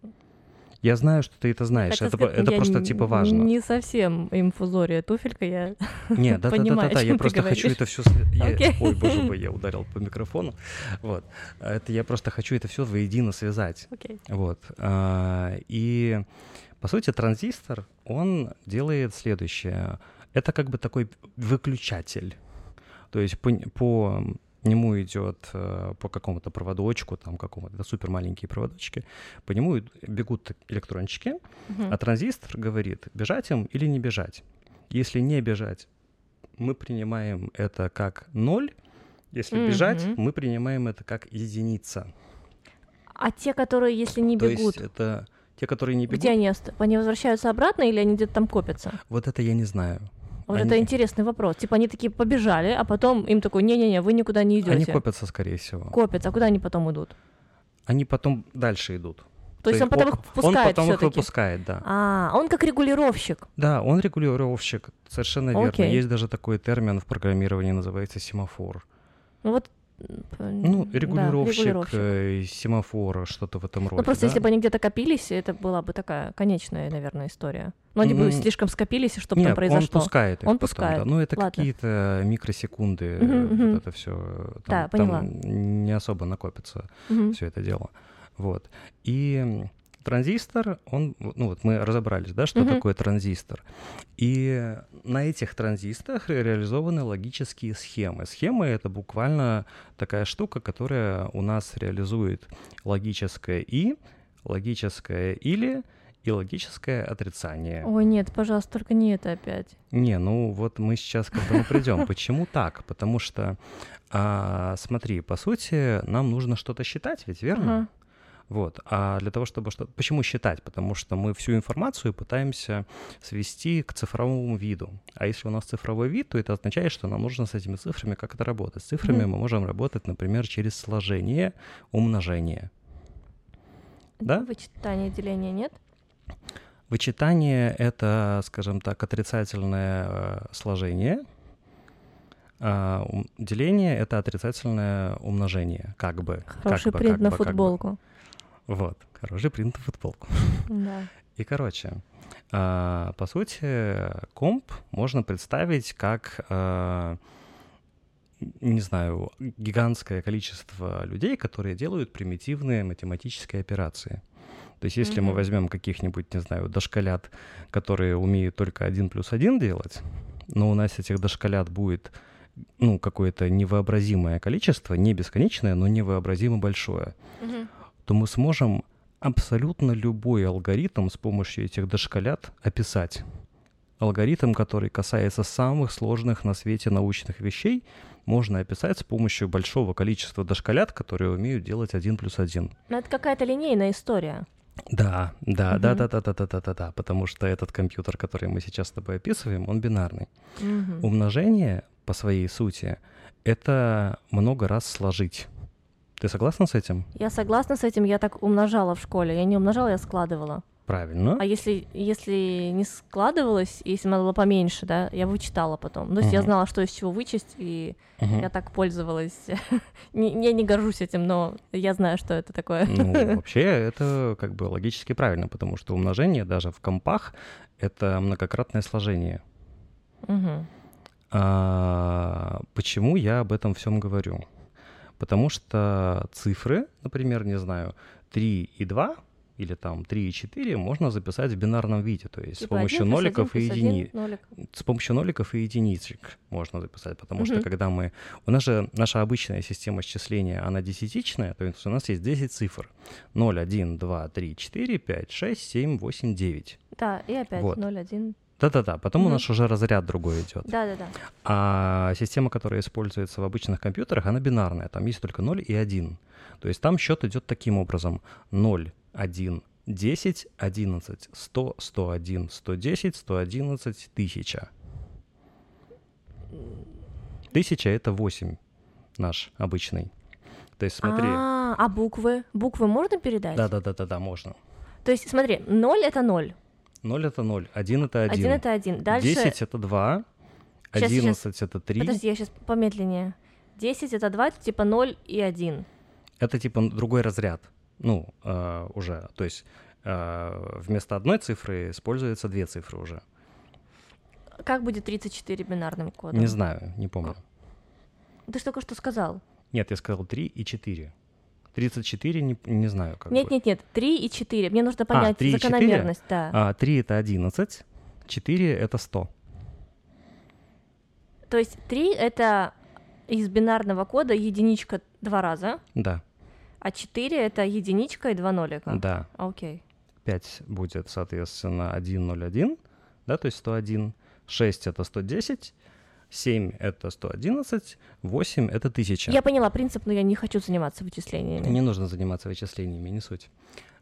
Я знаю, что ты это знаешь. Это, сказать, это просто типа важно. Не совсем инфузория туфелька, я Нет, да, понимаю, да, да, да, я просто говоришь. хочу это все. Я... Okay. Ой, боже мой, я ударил по микрофону. Вот, это я просто хочу это все воедино связать. Okay. Вот, а, и по сути транзистор, он делает следующее. Это как бы такой выключатель. То есть по, по нему идет э, по какому-то проводочку, там какому-то супер маленькие проводочки, по нему бегут электрончики, uh-huh. а транзистор говорит, бежать им или не бежать. Если не бежать, мы принимаем это как ноль, если uh-huh. бежать, мы принимаем это как единица. А те, которые, если не То бегут? То есть это те, которые не бегут. Где они? Они возвращаются обратно или они где-то там копятся? Вот это я не знаю. Вот они... это интересный вопрос. Типа они такие побежали, а потом им такой, не-не-не, вы никуда не идете. Они копятся, скорее всего. Копятся, а куда они потом идут? Они потом дальше идут. То, То есть он потом он, их впускает Он потом всё-таки? их выпускает, да. А, он как регулировщик. Да, он регулировщик, совершенно верно. Окей. Есть даже такой термин в программировании, называется семафор. Ну вот Ну, регулировщик, да, регулировщик. семафора, что-то в этом роде. Ну, просто да? если бы они где-то копились, это была бы такая конечная, наверное, история. Но они mm-hmm. бы слишком скопились, и чтобы Нет, там произошло. он пускает их Он потом, пускает. Да. Ну, это Ладно. какие-то микросекунды, mm-hmm, mm-hmm. вот это все. Там, да, поняла. Там не особо накопится mm-hmm. все это дело. Вот. И транзистор, он, ну вот мы разобрались, да, что mm-hmm. такое транзистор. И на этих транзисторах реализованы логические схемы. Схемы — это буквально такая штука, которая у нас реализует логическое «и», логическое «или» и логическое отрицание. Ой, нет, пожалуйста, только не это опять. Не, ну вот мы сейчас к этому придем. Почему так? Потому что, а, смотри, по сути, нам нужно что-то считать, ведь верно? Ага. Вот. А для того, чтобы что... Почему считать? Потому что мы всю информацию пытаемся свести к цифровому виду. А если у нас цифровой вид, то это означает, что нам нужно с этими цифрами как-то работать. С цифрами mm-hmm. мы можем работать, например, через сложение, умножение. Да? Вычитание, деление нет? Вычитание — это, скажем так, отрицательное э, сложение. А деление — это отрицательное умножение, как бы. Хороший как принт бы, на как футболку. Бы. Вот, хороший принт на футболку. Да. И, короче, а, по сути, комп можно представить как а, не знаю, гигантское количество людей, которые делают примитивные математические операции. То есть если mm-hmm. мы возьмем каких-нибудь, не знаю, дошколят, которые умеют только один плюс один делать, но у нас этих дошколят будет, ну, какое-то невообразимое количество, не бесконечное, но невообразимо большое, mm-hmm. то мы сможем абсолютно любой алгоритм с помощью этих дошколят описать. Алгоритм, который касается самых сложных на свете научных вещей, можно описать с помощью большого количества дошколят, которые умеют делать один плюс один. Но это какая-то линейная история. Да, да, Мгм. да, да, да, да, да, да, да, да, потому что этот компьютер, который мы сейчас с тобой описываем, он бинарный. Мгм. Умножение по своей сути — это много раз сложить. Ты согласна с этим? Я согласна с этим, я так умножала в школе. Я не умножала, я складывала. Правильно. А если, если не складывалось, если надо было поменьше, да, я вычитала потом. То есть я Мгм. знала, что из чего вычесть, и Мгм. я так пользовалась. Не- Я не горжусь этим, но я знаю, что это такое. Ну, вообще, это как бы логически правильно, потому что умножение даже в компах — это многократное сложение. Мгм. А, почему я об этом всем говорю? Потому что цифры, например, не знаю, три и два или там три и четыре можно записать в бинарном виде, то есть с Типа помощью один плюс один ноликов и плюс один единиц. нолик. С помощью ноликов и единичек можно записать, потому что Мгм. когда мы... У нас же наша обычная система счисления, она десятичная, то есть у нас есть десять цифр. ноль, один, два, три, четыре, пять, шесть, семь, восемь, девять. Да, и опять Вот. ноль, один. Да-да-да, потом у Мгм. нас уже разряд другой идет. Да-да-да. А система, которая используется в обычных компьютерах, она бинарная. Там есть только ноль и один. То есть там счет идет таким образом. ноль, один, десять, одиннадцать, сто, сто один, сто десять, сто одиннадцать, тысяча. Тысяча — это восемь наш обычный. То есть смотри. А, а буквы? Буквы можно передать? Да-да-да-да, можно. То есть смотри, ноль это ноль, ноль — это ноль, один — это один. один это один. Дальше... десять — это два, Щас, щас. одиннадцать — это три. Подожди, я сейчас помедленнее. десять это два, это типа ноль и один. Это типа другой разряд. Ну, э, уже. То есть э, вместо одной цифры используются две цифры уже. Как будет тридцать четыре бинарным кодом? Не знаю, не помню. Ты ж только что сказал. Нет, я сказал три и четыре. тридцать четыре не, не знаю как Нет, бы. нет, нет, три и четыре. Мне нужно понять три и четыре? закономерность, да. А, три — это одиннадцать, четыре — это сто. То есть три это из бинарного кода единичка два раза, Да, а четыре это единичка и два нолика. да. Окей. пять будет, соответственно, один, ноль, один, да, то есть сто один. шесть — это сто десять. семь — это сто одиннадцать. восемь — это тысяча. Я поняла принцип, но я не хочу заниматься вычислениями. Не нужно заниматься вычислениями, не суть.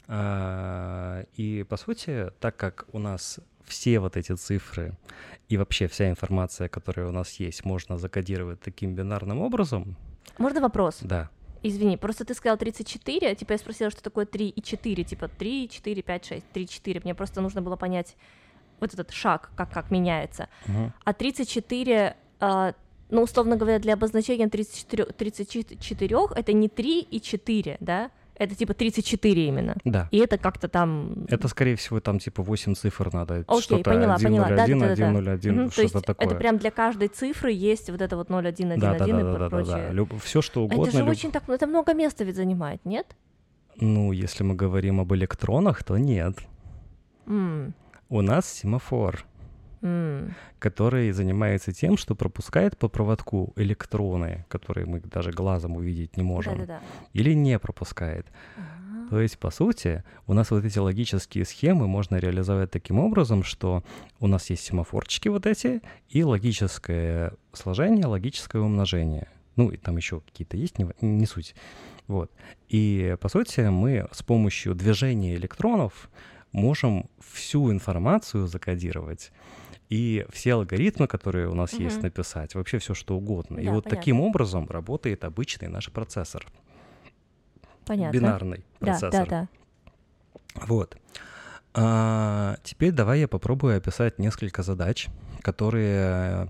А, И, по сути, так как у нас все вот эти цифры и вообще вся информация, которая у нас есть, можно закодировать таким бинарным образом, Можно вопрос? да, Извини, просто ты сказал тридцать четыре, типа я спросила, что такое три и четыре, типа три, четыре, пять, шесть, три, четыре. Мне просто нужно было понять вот этот шаг, как, как меняется. Мгм. А тридцать четыре, а, ну, условно говоря, для обозначения тридцать четыре, тридцать четыре это не три и четыре, да? Это типа тридцать четыре именно. Да. И это как-то там... Это, скорее всего, там типа восемь цифр надо. Окей, что-то поняла, один, поняла. ноль, Да, один, да, да, один, да. ноль, один, Мгм, то что-то есть такое. это прям для каждой цифры есть вот это вот ноль, один, один, Да, да, один да, и да, про- да, да, прочее. да. Люб- Все, что угодно. Это же люб- очень так... Это много места ведь занимает, нет? Ну, если мы говорим об электронах, то нет. М, У нас семафор, м. который занимается тем, что пропускает по проводку электроны, которые мы даже глазом увидеть не можем, Да-да-да. или не пропускает. А, То есть, по сути, у нас вот эти логические схемы можно реализовать таким образом, что у нас есть семафорчики вот эти и логическое сложение, логическое умножение. Ну, и там еще какие-то есть, не, не суть. Вот. И, по сути, мы с помощью движения электронов можем всю информацию закодировать и все алгоритмы, которые у нас есть, Мгм. написать, вообще все что угодно. И Да, вот понятно. таким образом работает обычный наш процессор, Понятно. бинарный Да, процессор. да, да. Вот. А, теперь давай я попробую описать несколько задач, которые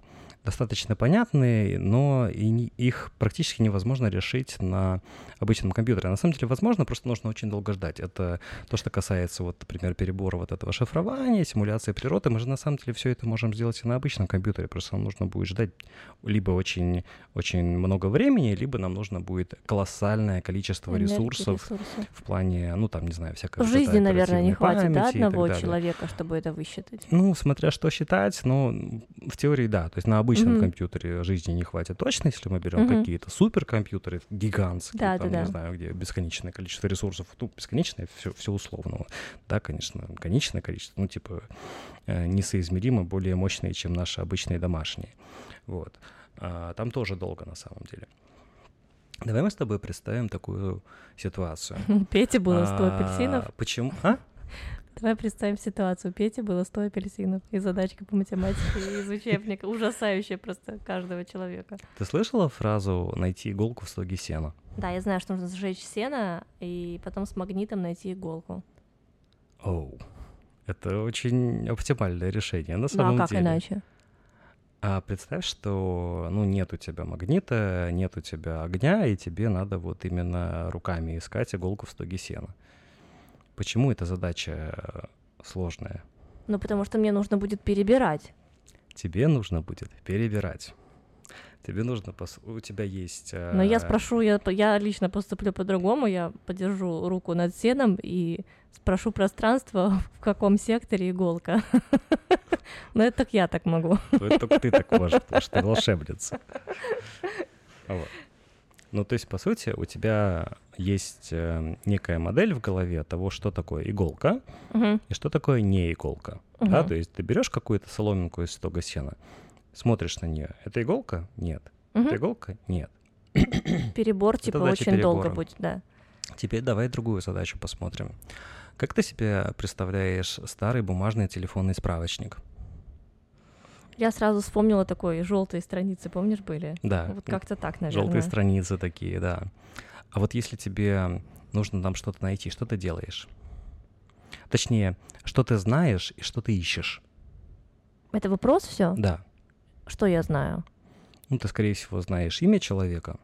достаточно понятные, но и не- их практически невозможно решить на обычном компьютере. На самом деле возможно, просто нужно очень долго ждать. Это то, что касается, вот, например, перебора вот этого шифрования, симуляции природы. Мы же на самом деле все это можем сделать и на обычном компьютере, просто нам нужно будет ждать либо очень, очень много времени, либо нам нужно будет колоссальное количество Энергии, ресурсов ресурсы. в плане, ну, там, не знаю, всякой В жизни, наверное, не хватит, да, памяти и так одного далее. человека, чтобы это высчитать. Ну, смотря что считать, но в теории да. То есть на обычном Мгм. компьютере жизни не хватит точно, если мы берем Мгм. какие-то суперкомпьютеры гигантские, Да, там, да, не да. знаю, где бесконечное количество ресурсов, ну, бесконечное, все, все условно. Да, конечно, конечное количество, ну, типа, э, несоизмеримо более мощные, чем наши обычные домашние. Вот. А там тоже долго на самом деле. Давай мы с тобой представим такую ситуацию. У Пети было сто А, апельсинов. Почему? А? Давай представим ситуацию. У Пети было сто апельсинов. И задачка по математике из учебника. Ужасающая просто каждого человека. Ты слышала фразу «найти иголку в стоге сена»? Да, я знаю, что нужно сжечь сено и потом с магнитом найти иголку. Оу, это очень оптимальное решение на Ну самом а как деле. иначе? А представь, что, ну, нет у тебя магнита, нет у тебя огня, и тебе надо вот именно руками искать иголку в стоге сена. Почему эта задача сложная? Ну потому что мне нужно будет перебирать. Тебе нужно будет перебирать. Тебе нужно... Пос... У тебя есть... Но я э, спрошу, я, я лично поступлю по-другому, я подержу руку над сеном и спрошу пространство, в каком секторе иголка. Но это так я так могу. Это только ты так можешь, потому что ты волшебница. Вот. Ну, то есть, по сути, у тебя есть э, некая модель в голове того, что такое иголка Мгм. и что такое не иголка. Мгм. Да, то есть ты берешь какую-то соломинку из стога сена, смотришь на нее. Это иголка? Нет. Мгм. Это иголка? Нет. Перебор, типа, задача очень долго перебора. будет, да. Теперь давай другую задачу посмотрим. Как ты себе представляешь старый бумажный телефонный справочник? Я сразу вспомнила такой желтые страницы, помнишь, были? Да. Вот как-то так, наверное. Желтые страницы такие, да. А вот если тебе нужно там что-то найти, что ты делаешь? Точнее, что ты знаешь и что ты ищешь? Это вопрос все? Да. Что я знаю? Ну, ты, скорее всего, знаешь имя человека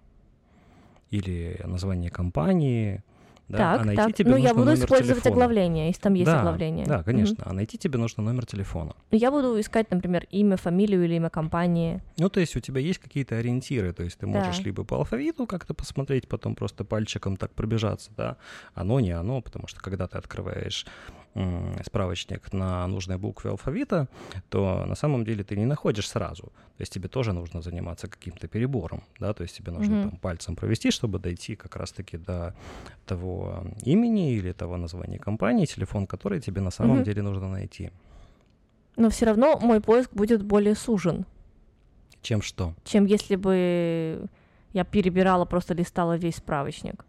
или название компании, да? Так, а найти так. тебе Ну, нужно я буду номер использовать телефона. оглавление, если там есть да, оглавление. Да, Мгм. конечно. А найти тебе нужно номер телефона. Ну, я буду искать, например, имя, фамилию или имя компании. Ну, то есть у тебя есть какие-то ориентиры, то есть ты можешь Да. либо по алфавиту как-то посмотреть, потом просто пальчиком так пробежаться, да, оно, не оно, потому что когда ты открываешь м, справочник на нужной букве алфавита, то на самом деле ты не находишь сразу, то есть тебе тоже нужно заниматься каким-то перебором, да, то есть тебе нужно Мгм. там пальцем провести, чтобы дойти как раз-таки до того имени или того названия компании, телефон который тебе на самом Мгм. деле нужно найти. Но все равно мой поиск будет более сужен, Чем что? чем если бы я перебирала, просто листала весь справочник.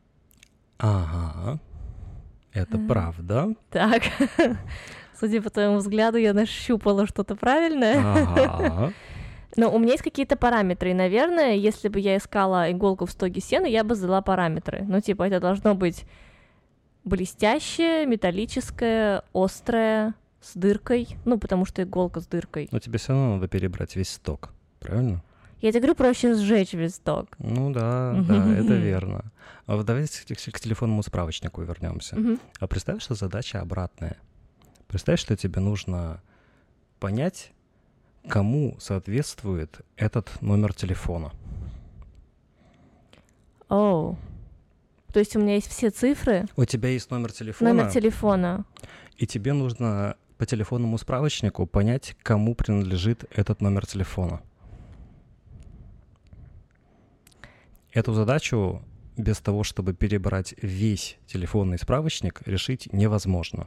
Ага, это Ага. правда. Так, судя по твоему взгляду, я нащупала что-то правильное. Ага. Но у меня есть какие-то параметры, и, наверное, если бы я искала иголку в стоге сена, я бы задала параметры. Ну, типа, это должно быть блестящее, металлическое, острое, с дыркой. Ну, потому что иголка с дыркой. Но тебе все равно надо перебрать весь сток, правильно? Я тебе говорю, проще сжечь весь сток. Ну да, да, это верно. А вот давайте к, к телефонному справочнику вернемся. Мгм. А представь, что задача обратная. Представь, что тебе нужно понять, кому соответствует этот номер телефона. Оу. То есть у меня есть все цифры, У тебя есть номер телефона, номер телефона. и тебе нужно по телефонному справочнику понять, кому принадлежит этот номер телефона. Эту задачу без того, чтобы перебрать весь телефонный справочник, решить невозможно.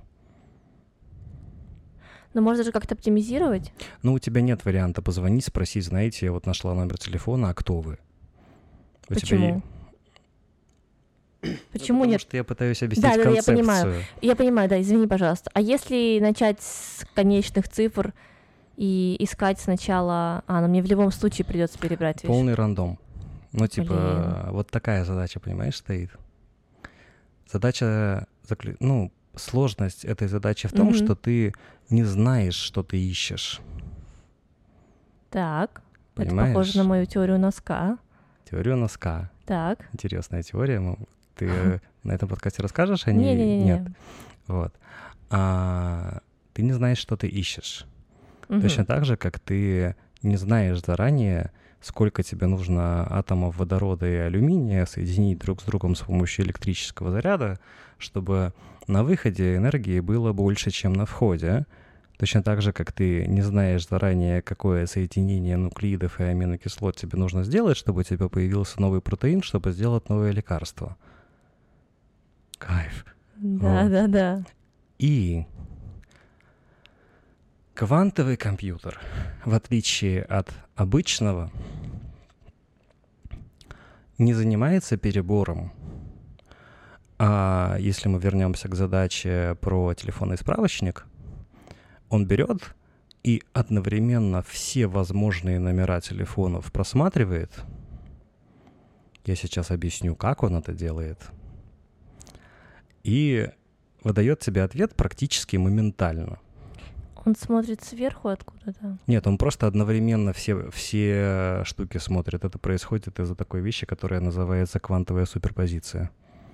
Но можно же как-то оптимизировать. Ну, у тебя нет варианта позвонить, спросить, знаете, я вот нашла номер телефона, а кто вы? У Почему? Тебя... Почему ну, нет? Потому что я пытаюсь объяснить Да, да, да, я концепцию. понимаю. Я понимаю, да, извини, пожалуйста. А если начать с конечных цифр и искать сначала... А, ну мне в любом случае придется перебрать вещи. Полный рандом. Ну, типа, Блин. вот такая задача, понимаешь, стоит. Задача, заклю... ну, сложность этой задачи в том, Мгм. что ты не знаешь, что ты ищешь. Так. Понимаешь? Это похоже на мою теорию носка. Теорию носка. Так. Интересная теория. Ты на этом подкасте расскажешь о ней? Не-не-не. Нет. Вот. А, ты не знаешь, что ты ищешь. Угу. Точно так же, как ты не знаешь заранее, сколько тебе нужно атомов водорода и алюминия соединить друг с другом с помощью электрического заряда, чтобы на выходе энергии было больше, чем на входе. Точно так же, как ты не знаешь заранее, какое соединение нуклеидов и аминокислот тебе нужно сделать, чтобы у тебя появился новый протеин, чтобы сделать новое лекарство. Кайф. Да, вот. да, да. И квантовый компьютер, в отличие от обычного, не занимается перебором. А если мы вернемся к задаче про телефонный справочник, он берет и одновременно все возможные номера телефонов просматривает. Я сейчас объясню, как он это делает. И выдает тебе ответ практически моментально. Он смотрит сверху откуда-то? Нет, он просто одновременно все, все штуки смотрит. Это происходит из-за такой вещи, которая называется квантовая суперпозиция.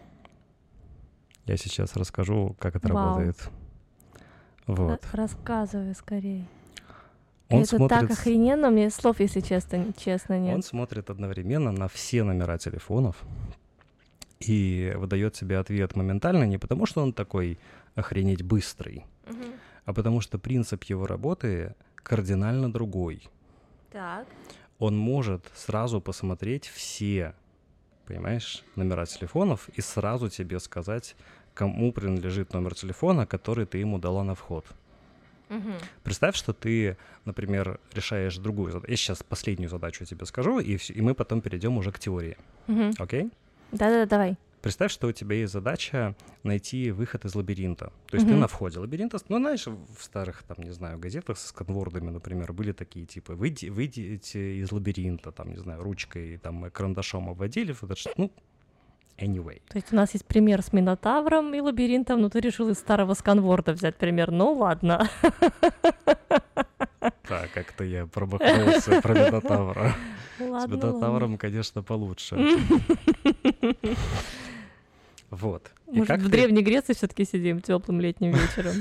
Я сейчас расскажу, как это Вау. работает. Вот. Рассказывай скорее. Он это смотрит... так охрененно, мне слов, если честно, честно нет. Он смотрит одновременно на все номера телефонов и выдает себе ответ моментально не потому, что он такой охренеть быстрый, угу. а потому что принцип его работы кардинально другой. Так. Он может сразу посмотреть все, понимаешь, номера телефонов и сразу тебе сказать, кому принадлежит номер телефона, который ты ему дала на вход. Угу. Представь, что ты, например, решаешь другую задачу. Я сейчас последнюю задачу тебе скажу, и, все, и мы потом перейдем уже к теории. Угу. Окей? Да-да, давай. Представь, что у тебя есть задача найти выход из лабиринта. То есть угу. ты на входе лабиринта. Ну, знаешь, в старых, там, не знаю, газетах с сканвордами, например, были такие, типа, выйди, выйдите из лабиринта, там, не знаю, ручкой, там, карандашом обводили. Вот это, ну, anyway. То есть у нас есть пример с Минотавром и лабиринтом, но ты решил из старого сканворда взять пример. Ну, ладно. Так, как-то я промахнулся про Минотавра. Ладно, с Минотавром, ладно. конечно, получше. Вот. Может, в ты... Древней Греции все-таки сидим теплым летним вечером.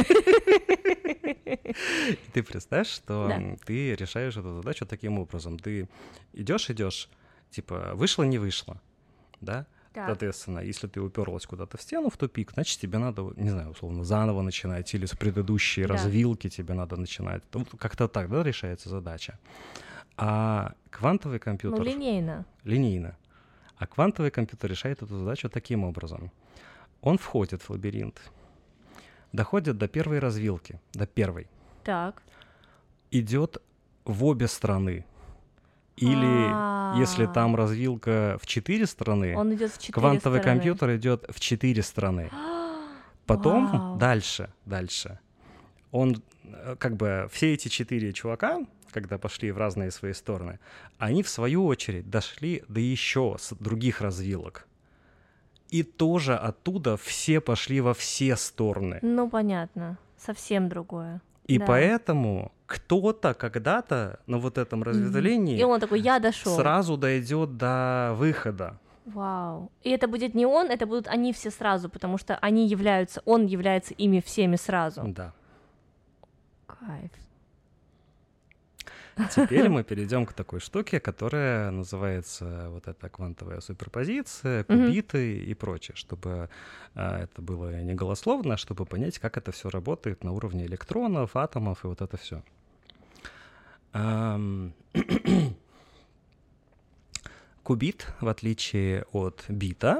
Ты представь, что да. ты решаешь эту задачу таким образом. Ты идешь, идешь, типа, вышло, не вышло, да? Так. Соответственно, если ты уперлась куда-то в стену, в тупик, значит, тебе надо, не знаю, условно, заново начинать, или с предыдущей да. развилки тебе надо начинать. Как-то так, да, решается задача. А квантовый компьютер... Ну, линейно. Линейно. А квантовый компьютер решает эту задачу таким образом. Он входит в лабиринт, доходит до первой развилки, до первой. Так. Идет в обе стороны. Или А-а-а. если там развилка в четыре стороны, он идет в четыре квантовый стороны. компьютер идет в четыре стороны. Потом Вау. дальше, дальше. Он, как бы, все эти четыре чувака, когда пошли в разные свои стороны, они в свою очередь дошли до еще с других развилок. И тоже оттуда все пошли во все стороны. Ну, понятно. Совсем другое. И да. поэтому кто-то когда-то на вот этом разветвлении и он такой, я дошел. Сразу дойдет до выхода. Вау. И это будет не он, это будут они все сразу, потому что они являются, он является ими всеми сразу. Да. Кайф. Теперь мы перейдем к такой штуке, которая называется вот эта квантовая суперпозиция, кубиты mm-hmm. и прочее, чтобы а, это было не голословно, а чтобы понять, как это все работает на уровне электронов, атомов и вот это все. Кубит, в отличие от бита,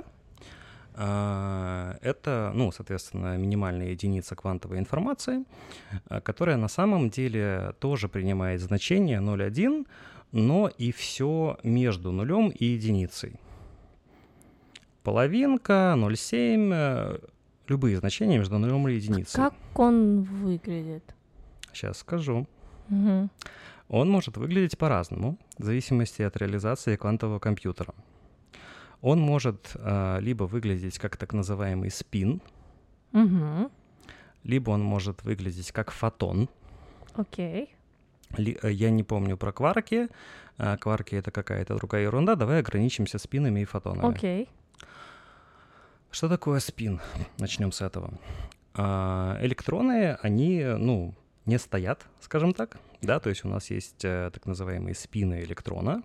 это, ну, соответственно, минимальная единица квантовой информации, которая на самом деле тоже принимает значение ноль целых одна десятая, но и все между нулем и единицей. Половинка, ноль целых семь десятых, любые значения между нулем и единицей. Как он выглядит? Сейчас скажу. Угу. Он может выглядеть по-разному, в зависимости от реализации квантового компьютера. Он может а, либо выглядеть как так называемый спин, угу. либо он может выглядеть как фотон. Окей. Я не помню про кварки. Кварки — это какая-то другая ерунда. Давай ограничимся спинами и фотонами. Окей. Okay. Что такое спин? Начнем с этого. Электроны, они, ну, не стоят, скажем так. Да, то есть у нас есть так называемые спины электрона.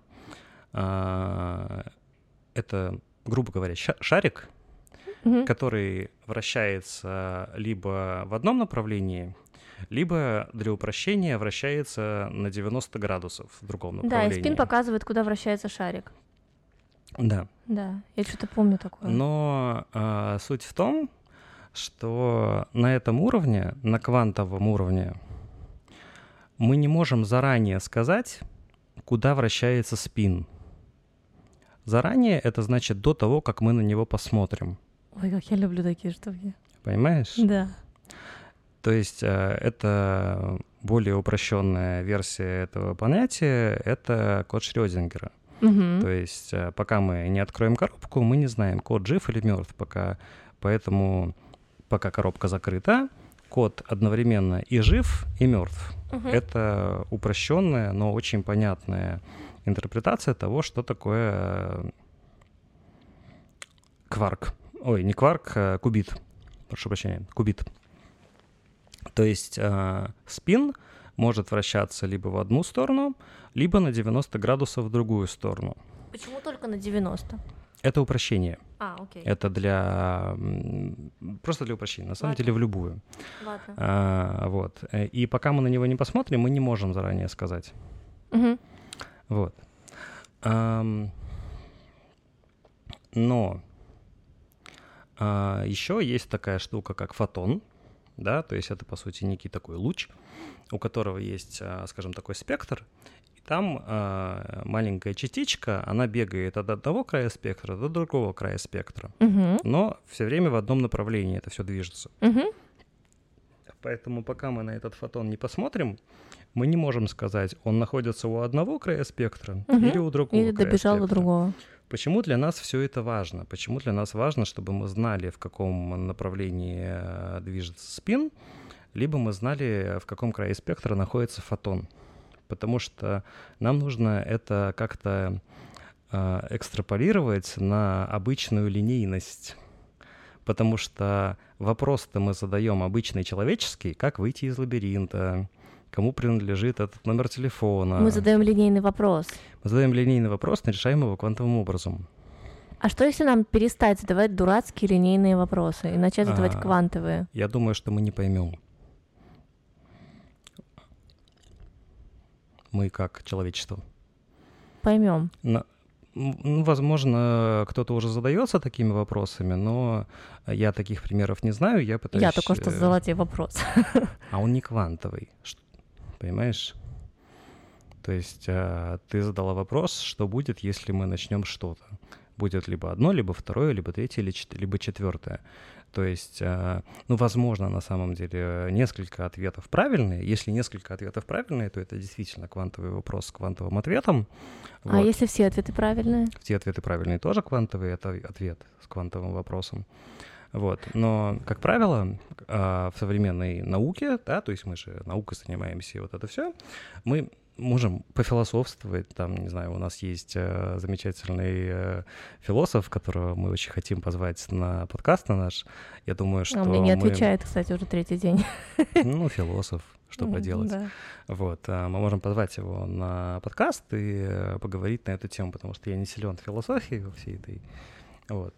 Это, грубо говоря, шарик, mm-hmm. который вращается либо в одном направлении, либо для упрощения вращается на девяносто градусов в другом направлении. Да, и спин показывает, куда вращается шарик. Да. Да, я что-то помню такое. Но а, суть в том, что на этом уровне, на квантовом уровне, мы не можем заранее сказать, куда вращается спин. Заранее — это значит до того, как мы на него посмотрим. Ой, как я люблю такие штуки. Понимаешь? Да. То есть это более упрощенная версия этого понятия, это код Шрёдингера. Угу. То есть пока мы не откроем коробку, мы не знаем, код жив или мертв пока. Поэтому пока коробка закрыта, код одновременно и жив, и мертв. Угу. Это упрощенная, но очень понятная интерпретация того, что такое кварк. Ой, не кварк, а кубит. Прошу прощения, кубит. То есть э, спин может вращаться либо в одну сторону, либо на девяносто градусов в другую сторону. Почему только на девяносто? Это упрощение. А, окей. Это для... Просто для упрощения. На самом Ладно. деле в любую. Ладно. А, вот. И пока мы на него не посмотрим, мы не можем заранее сказать. Угу. Вот. А, но а, еще есть такая штука, как фотон. Да, то есть это, по сути, некий такой луч, у которого есть, скажем, такой спектр, и там э, маленькая частичка, она бегает от одного края спектра до другого края спектра, угу. но все время в одном направлении это все движется. Угу. Поэтому пока мы на этот фотон не посмотрим, мы не можем сказать, он находится у одного края спектра угу. или у другого или края добежал спектра. до другого. Почему для нас все это важно? Почему для нас важно, чтобы мы знали, в каком направлении движется спин, либо мы знали, в каком крае спектра находится фотон? Потому что нам нужно это как-то э, экстраполировать на обычную линейность. Потому что вопрос-то мы задаем обычный человеческий, как выйти из лабиринта, кому принадлежит этот номер телефона. Мы задаем линейный вопрос. Мы задаем линейный вопрос, но решаем его квантовым образом. А что, если нам перестать задавать дурацкие линейные вопросы и начать задавать а, квантовые? Я думаю, что мы не поймем. Мы как человечество. Поймем. На... Ну, возможно, кто-то уже задается такими вопросами, но я таких примеров не знаю. Я пытаюсь... Я только что задала тебе вопрос. А он не квантовый. Понимаешь? То есть э, ты задала вопрос, что будет, если мы начнем что-то. Будет либо одно, либо второе, либо третье, либо четвертое. То есть, э, ну, возможно, на самом деле несколько ответов правильные. Если несколько ответов правильные, то это действительно квантовый вопрос с квантовым ответом. А вот. Если все ответы правильные? Все ответы правильные тоже квантовый, это ответ с квантовым вопросом. Вот. Но, как правило, в современной науке, да, то есть мы же наукой занимаемся, и вот это все, мы можем пофилософствовать. Там, не знаю, у нас есть замечательный философ, которого мы очень хотим позвать на подкаст на наш. Я думаю, что он мне не мы... отвечает, кстати, уже третий день. Ну, философ, что поделать. Да. Вот. Мы можем позвать его на подкаст и поговорить на эту тему, потому что я не силен в философии во всей этой... Вот.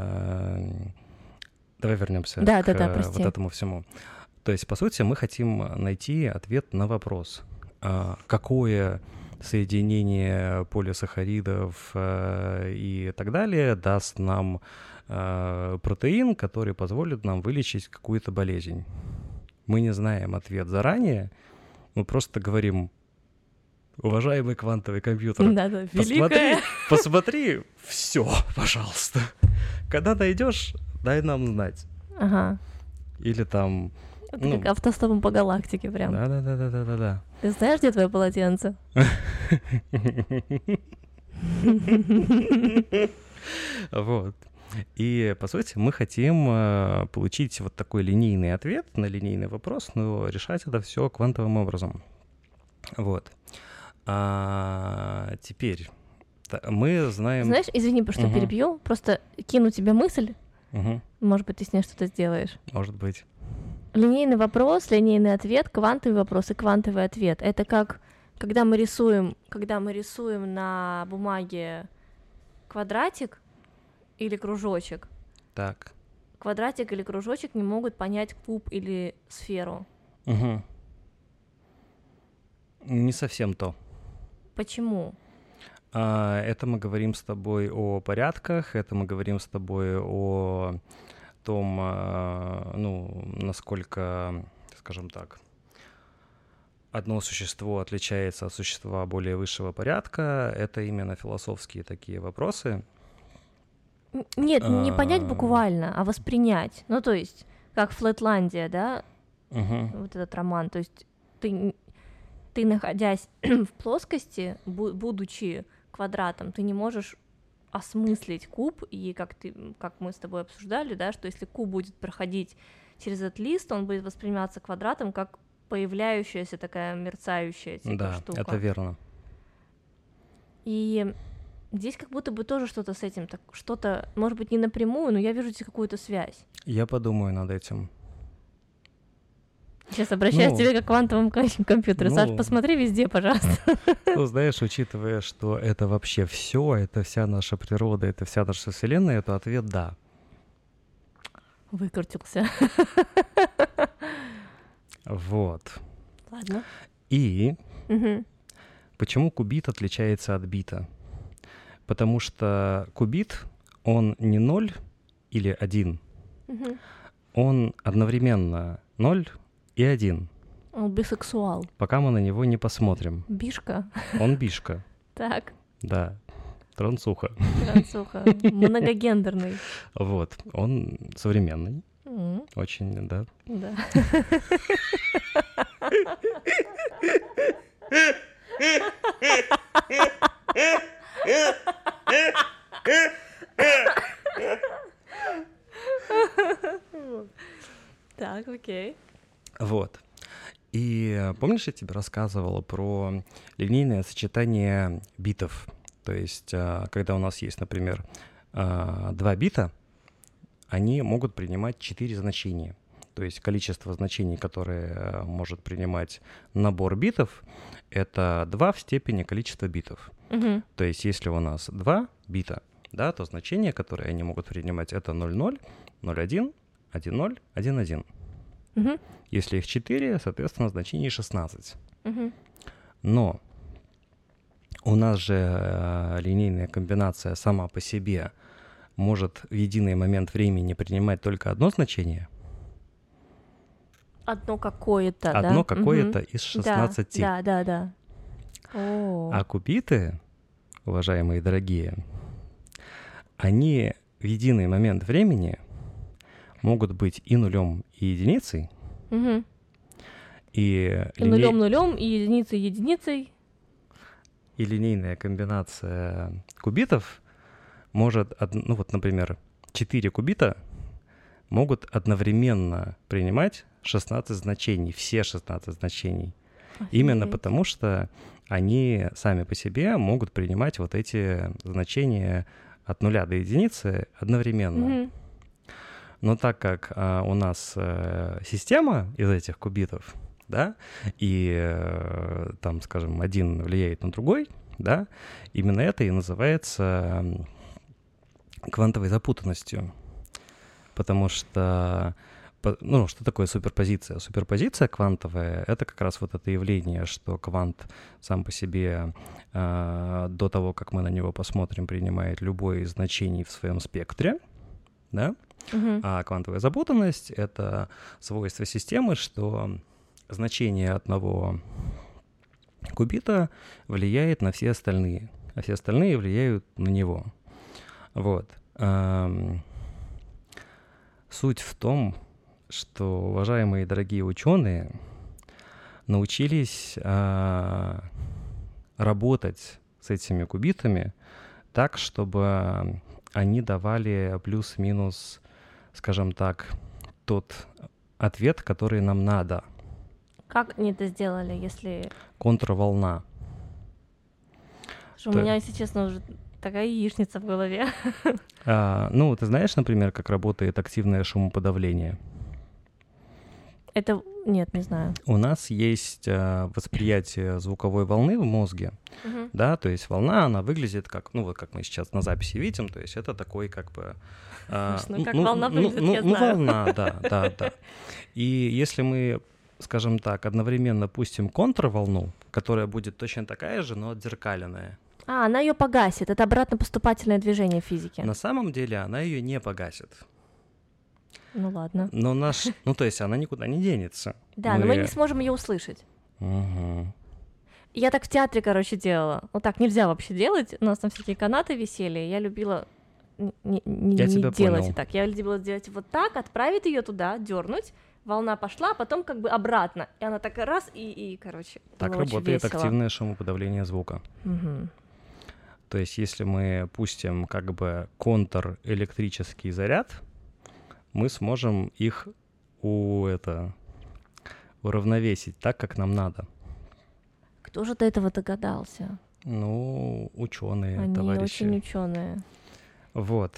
Давай вернемся да, к да, да, вот этому всему. То есть, по сути, мы хотим найти ответ на вопрос, какое соединение полисахаридов и так далее даст нам протеин, который позволит нам вылечить какую-то болезнь. Мы не знаем ответ заранее, мы просто говорим: уважаемый квантовый компьютер, да, да, посмотри, посмотри, все, пожалуйста. Когда найдешь, дай нам знать. Ага. Или там... Это ну, как автостопом по галактике прям. Да-да-да-да-да-да. Ты знаешь, где твое полотенце? Вот. И, по сути, мы хотим э, получить вот такой линейный ответ на линейный вопрос, но решать это все квантовым образом. Вот. А теперь та- мы знаем... Знаешь, извини, что Мгм. перебью, просто кину тебе мысль, Мгм. может быть, ты с ней что-то сделаешь. Может быть. Линейный вопрос, линейный ответ, квантовый вопрос и квантовый ответ. Это как, когда мы рисуем, когда мы рисуем на бумаге квадратик или кружочек. Так. Квадратик или кружочек не могут понять куб или сферу. Мгм. Не совсем то. Почему? А, это мы говорим с тобой о порядках, это мы говорим с тобой о том, а, ну, насколько, скажем так, одно существо отличается от существа более высшего порядка. Это именно философские такие вопросы. Н- Нет, не понять А, буквально, а воспринять. Ну, то есть, как Флетландия, да, мгм. вот этот роман. То есть ты, н- ты находясь в плоскости, бу- будучи квадратом, ты не можешь осмыслить куб, и как ты, как мы с тобой обсуждали, да, что если куб будет проходить через этот лист, он будет восприниматься квадратом как появляющаяся такая мерцающая типа Да, штука. это верно. И здесь как будто бы тоже что-то с этим, так, что-то, может быть, не напрямую, но я вижу здесь какую-то связь. Я подумаю над этим. Сейчас обращаюсь Ну, к тебе как к квантовому ком- компьютеру. Саш, ну, посмотри везде, пожалуйста. ну, знаешь, учитывая, что это вообще все, это вся наша природа, это вся наша Вселенная, то ответ да. Выкрутился. Вот. Ладно. И Мгм. почему кубит отличается от бита? Потому что кубит, он не ноль или один, Мгм. он одновременно ноль и один, Он бисексуал. пока мы на него не посмотрим. Бишка. Он бишка, Так, да, трансуха. трансуха. Многогендерный. Вот, он современный, М, очень, да. Да. Так, окей. Вот. И э, помнишь, я тебе рассказывала про линейное сочетание битов? То есть, а, когда у нас есть, например, а, два бита, они могут принимать четыре значения. То есть количество значений, которые э, может принимать набор битов, это два в степени количества битов. Мгм. То есть если у нас два бита, да, то значения, которые они могут принимать, это ноль ноль, ноль один, один ноль, один один. Мгм. Если их четыре, соответственно, значений шестнадцать. Мгм. Но у нас же э, линейная комбинация сама по себе может в единый момент времени принимать только одно значение, Одно какое-то, да? одно какое-то Мгм. из Да, шестнадцати. Да, да, да. О. А кубиты, уважаемые дорогие, они в единый момент времени могут быть и нулем, и единицей, Мгм. и, И линей- нулем нулем, и единицей единицей. и линейная комбинация кубитов может, од- ну вот, например, четыре кубита могут одновременно принимать шестнадцать значений, все шестнадцать значений. Именно Офигеть. потому, что они сами по себе могут принимать вот эти значения от нуля до единицы одновременно. Мгм. Но так как а, у нас э, система из этих кубитов, да, и э, там, скажем, один влияет на другой, да, именно это и называется м, квантовой запутанностью. Потому что, по- ну, что такое суперпозиция? Суперпозиция квантовая — это как раз вот это явление, что квант сам по себе а, до того, как мы на него посмотрим, принимает любое из значений в своем спектре, да? Мгм. А квантовая запутанность — это свойство системы, что значение одного кубита влияет на все остальные, а все остальные влияют на него. Вот. Ам, Суть в том, что уважаемые дорогие ученые научились а, работать с этими кубитами так, чтобы они давали плюс-минус, скажем так, тот ответ, который нам надо. Как они это сделали, если... Контрволна. Что у меня, если честно, уже такая яичница в голове. А, ну, ты знаешь, например, как работает активное шумоподавление? Это... Нет, не знаю. У нас есть а, восприятие звуковой волны в мозге, Угу. да, то есть волна, она выглядит как, ну, вот как мы сейчас на записи видим, то есть это такой как бы... а, Ну, как волна выглядит, ну, я ну, знаю. волна, да, да, да. И если мы, скажем так, одновременно пустим контрволну, которая будет точно такая же, но отзеркаленная, А, она ее погасит. Это обратно поступательное движение физики. на самом деле она ее не погасит. Ну ладно. Но наш, ну то есть она никуда не денется. Да, но мы не сможем ее услышать. Мгм. Я так в театре, короче, делала. Вот так нельзя вообще делать. У нас там всякие канаты висели. Я любила н- не, не- Я не тебя делать понял. так. Я любила делать вот так, отправить ее туда, дернуть. Волна пошла, а потом как бы обратно. И она так раз, и, и короче, Так было очень работает весело. активное шумоподавление звука. Мгм. То есть если мы пустим как бы контрэлектрический заряд, мы сможем их у, это, уравновесить так, как нам надо. Кто же до этого догадался? Ну, ученые, Они товарищи. очень ученые. Вот.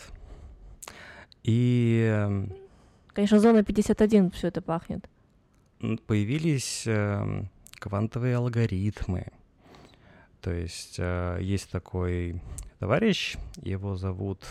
И эм, Конечно, зона пятьдесят один все это пахнет. м, появились эм, квантовые алгоритмы. То есть э, есть такой товарищ, его зовут...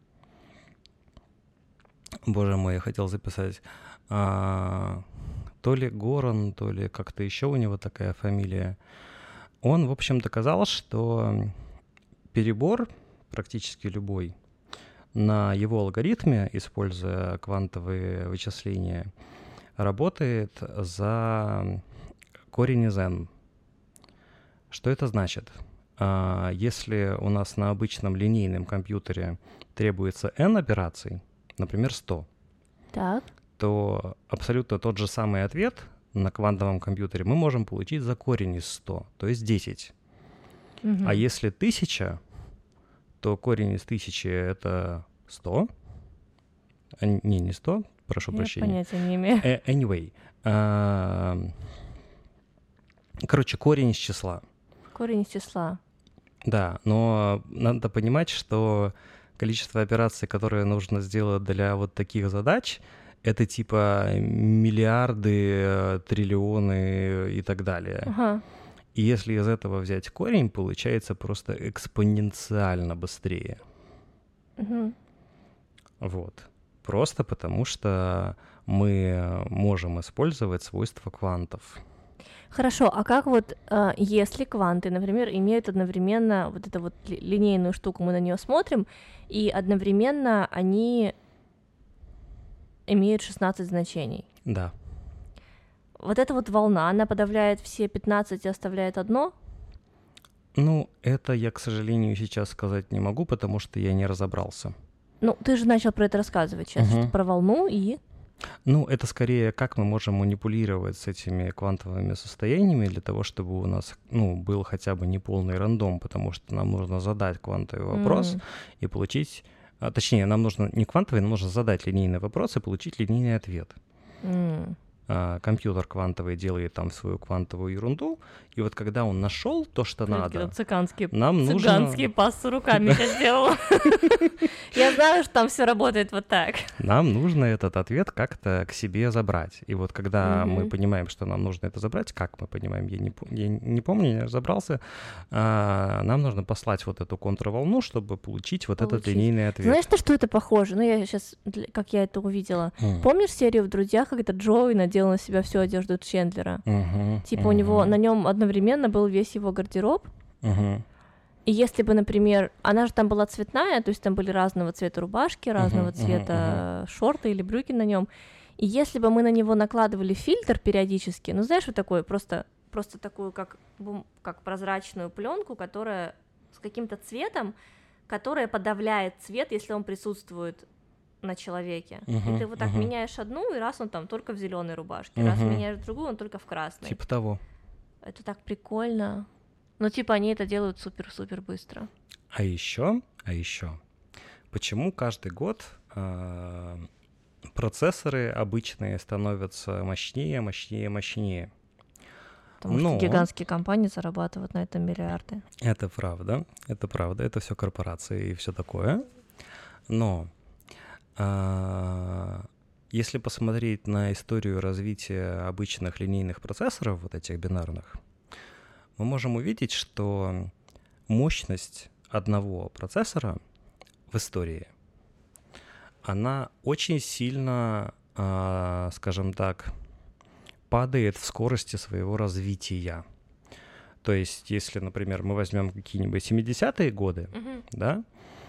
Боже мой, я хотел записать. а, то ли Горан, то ли как-то еще у него такая фамилия. Он, в общем, доказал, что перебор, практически любой, на его алгоритме, используя квантовые вычисления, работает за корень из n. Что это значит? А, Если у нас на обычном линейном компьютере требуется n операций, например, сто, Так. то абсолютно тот же самый ответ на квантовом компьютере мы можем получить за корень из ста, то есть десять. Мгм. А если тысяча, то корень из тысячи — это сто. А, Не, не сто, прошу Я прощения. понятия не имею. Э, Anyway. а, Короче, корень из числа. Корень из числа. Да, но надо понимать, что количество операций, которые нужно сделать для вот таких задач, это типа миллиарды, э, триллионы и так далее. Ага. И если из этого взять корень, получается просто экспоненциально быстрее. Мгм. Вот. Просто потому что мы можем использовать свойства квантов. Хорошо, а как вот, э, если кванты, например, имеют одновременно вот эту вот ли- линейную штуку, мы на нее смотрим, и одновременно они имеют шестнадцать значений. Да. Вот эта вот волна, она подавляет все пятнадцать и оставляет одно? Ну, это я, к сожалению, сейчас сказать не могу, потому что я не разобрался. Ну, ты же начал про это рассказывать сейчас, Мгм. что про волну и... Ну, это скорее, как мы можем манипулировать с этими квантовыми состояниями для того, чтобы у нас, ну, был хотя бы неполный рандом, потому что нам нужно задать квантовый вопрос М. и получить... а, точнее, нам нужно не квантовый, нам нужно задать линейный вопрос и получить линейный ответ. М. А, компьютер квантовый делает там свою квантовую ерунду, и вот когда он нашел то, что Какие-то надо, цыганские, нам нужно... цыганские пассы руками сейчас сделала. Я знаю, что там все работает вот так. Нам нужно этот ответ как-то к себе забрать. И вот когда мы Мгм. понимаем, что нам нужно это забрать, как мы понимаем, я не, пом- я не помню, не разобрался, а, нам нужно послать вот эту контрволну, чтобы получить вот этот Получить. линейный ответ. Знаешь, на что это похоже? Ну, я сейчас, как я это увидела. М. Помнишь серию в «Друзьях», когда Джоуи надел на себя всю одежду Чендлера? Мгм, Типа у него мгм, на нем одновременно был весь его гардероб. мгм, И если бы, например, она же там была цветная, то есть там были разного цвета рубашки, разного мгм, цвета шорты или брюки на нем. И если бы мы на него накладывали фильтр периодически, ну знаешь, вот такой просто, просто такую как, бум- как прозрачную пленку, которая с каким-то цветом, которая подавляет цвет, если он присутствует на человеке. Мгм, И ты вот так мгм. меняешь одну, и раз он там только в зеленой рубашке, раз Мгм. меняешь другую, он только в красной. Типа того. Это так прикольно. Ну, типа, они это делают супер-супер быстро. А еще, а еще, почему каждый год а, процессоры обычные становятся мощнее, мощнее, мощнее? Потому Ну, что гигантские компании зарабатывают на этом миллиарды. это правда, это правда, это все корпорации и все такое. Но а, если посмотреть на историю развития обычных линейных процессоров, вот этих бинарных, мы можем увидеть, что мощность одного процессора в истории, она очень сильно, а, скажем так, падает в скорости своего развития. То есть, если, например, мы возьмем какие-нибудь семидесятые годы, Мгм. да,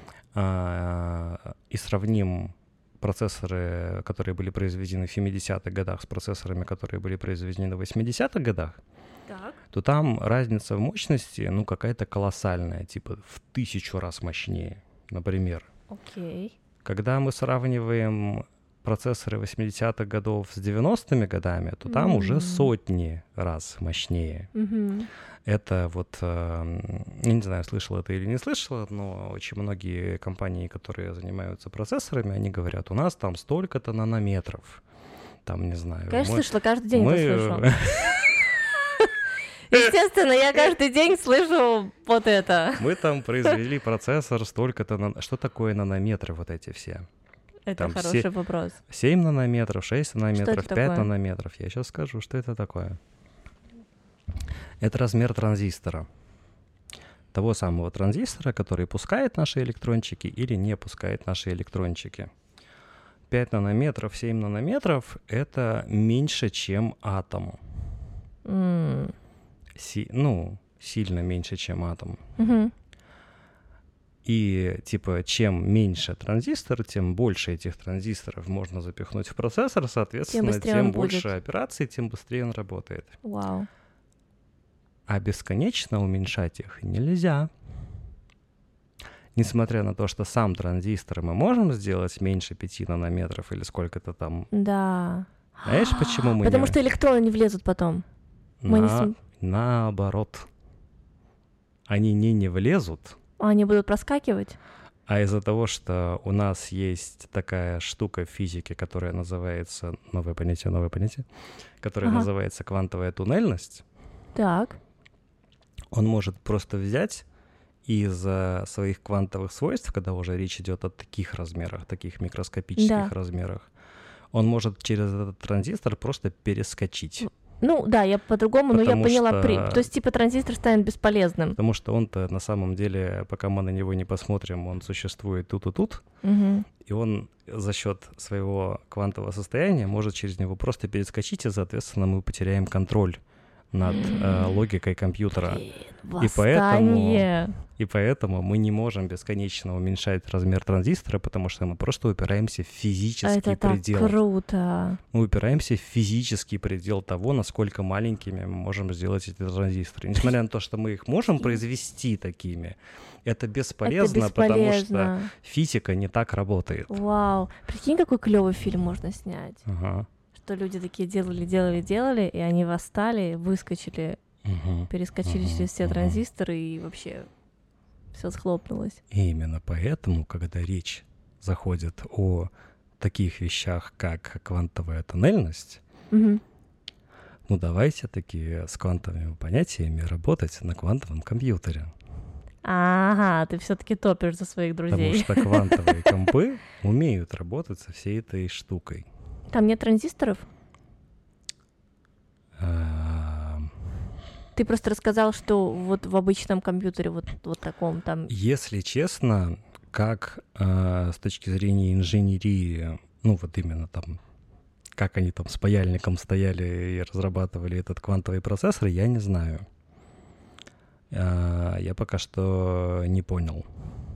а, и сравним процессоры, которые были произведены в семидесятых годах, с процессорами, которые были произведены в восьмидесятых годах, Так. то там разница в мощности, ну, какая-то колоссальная, типа в тысячу раз мощнее, например. Окей. Когда мы сравниваем процессоры восьмидесятых годов с девяностыми годами, то там М. уже сотни раз мощнее. Мгм. Это вот, э, я не знаю, слышал это или не слышал, но очень многие компании, которые занимаются процессорами, они говорят, у нас там столько-то нанометров. Там, не знаю. Конечно, мы- слышала, каждый день мы- это слышу. Естественно, я каждый день слышу вот это. Мы там произвели процессор столько-то... нано- Что такое нанометры вот эти все? Это Там хороший все- вопрос. семь нанометров, шесть нанометров, это пять такое? нанометров. Я сейчас скажу, что это такое. Это размер транзистора. Того самого транзистора, который пускает наши электрончики или не пускает наши электрончики. пять нанометров, семь нанометров — это меньше, чем атом. М. Си- ну, сильно меньше, чем атом. Мгм. И, типа, чем меньше транзистор, тем больше этих транзисторов можно запихнуть в процессор, соответственно, быстрее тем он больше будет. операций, тем быстрее он работает. Вау. А бесконечно уменьшать их нельзя. Несмотря на то, что сам транзистор мы можем сделать меньше пяти нанометров или сколько-то там. Да. Знаешь, почему мы Потому не... что электроны не влезут потом. Мы не На- см- Наоборот. Они не не влезут, Они будут проскакивать. а из-за того, что у нас есть такая штука в физике, которая называется... Новое понятие, новое понятие. Которая Ага. называется квантовая туннельность. Так. Он может просто взять из-за своих квантовых свойств, когда уже речь идет о таких размерах, таких микроскопических Да. размерах, он может через этот транзистор просто перескочить. Ну да, я по-другому, но я Потому поняла. что- При... То есть типа транзистор станет бесполезным. Потому что он-то на самом деле, пока мы на него не посмотрим, он существует тут и тут, Мгм. и он за счет своего квантового состояния может через него просто перескочить, и, соответственно, мы потеряем контроль над э, логикой компьютера. Блин, И поэтому- восстание. И поэтому мы не можем бесконечно уменьшать размер транзистора, потому что мы просто упираемся в физический Это так предел. круто. Мы упираемся в физический предел того, насколько маленькими мы можем сделать эти транзисторы. Несмотря на то, что мы их можем произвести такими, это бесполезно, Это потому что бесполезно. физика не так работает. Вау. Прикинь, какой клевый фильм можно снять. Ага. Что люди такие делали, делали, делали, и они восстали, выскочили, Мгм. перескочили Мгм, через все мгм. транзисторы, и вообще все схлопнулось. И именно поэтому, когда речь заходит о таких вещах, как квантовая туннельность, Мгм. ну давайте таки с квантовыми понятиями работать на квантовом компьютере. Ага, ты все-таки топишь за своих Потому друзей. что квантовые компы умеют работать со всей этой штукой. Там нет транзисторов? А, Ты просто рассказал, что вот в обычном компьютере, вот, вот таком там... Если честно, как а, с точки зрения инженерии, ну вот именно там, как они там с паяльником стояли и разрабатывали этот квантовый процессор, я не знаю. А, Я пока что не понял.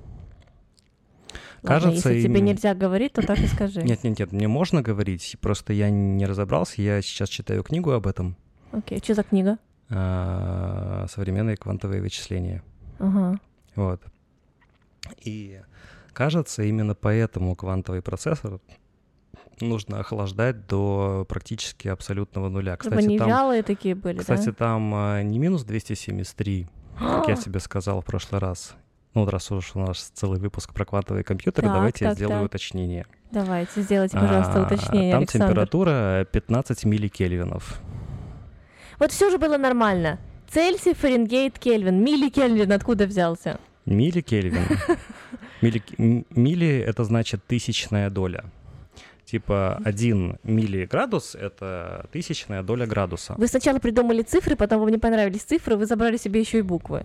Ладно, Кажется, если тебе им- нельзя говорить, то так и скажи. Нет, нет, нет, мне можно говорить, просто я не разобрался, я сейчас читаю книгу об этом. Окей, что за книга? а, Современные квантовые вычисления. Ага. Вот. И кажется, именно поэтому квантовый процессор нужно охлаждать до практически абсолютного нуля. Чтобы Кстати, они там, вялые такие были, кстати, да? там а, не минус двести семьдесят три, как я тебе сказал в прошлый раз. Ну, вот раз уж у нас целый выпуск про квантовые компьютеры, Так, давайте я так, сделаю так. уточнение. Давайте, сделайте, пожалуйста, А, уточнение, Там Александр. температура пятнадцать милликельвинов. Вот все же было нормально. Цельсий, Фаренгейт, Кельвин. Милли Кельвин откуда взялся? Милли Кельвин. Милли, милли — это значит тысячная доля. Типа один миллиградус — это тысячная доля градуса. Вы сначала придумали цифры, потом вам не понравились цифры, вы забрали себе еще и буквы.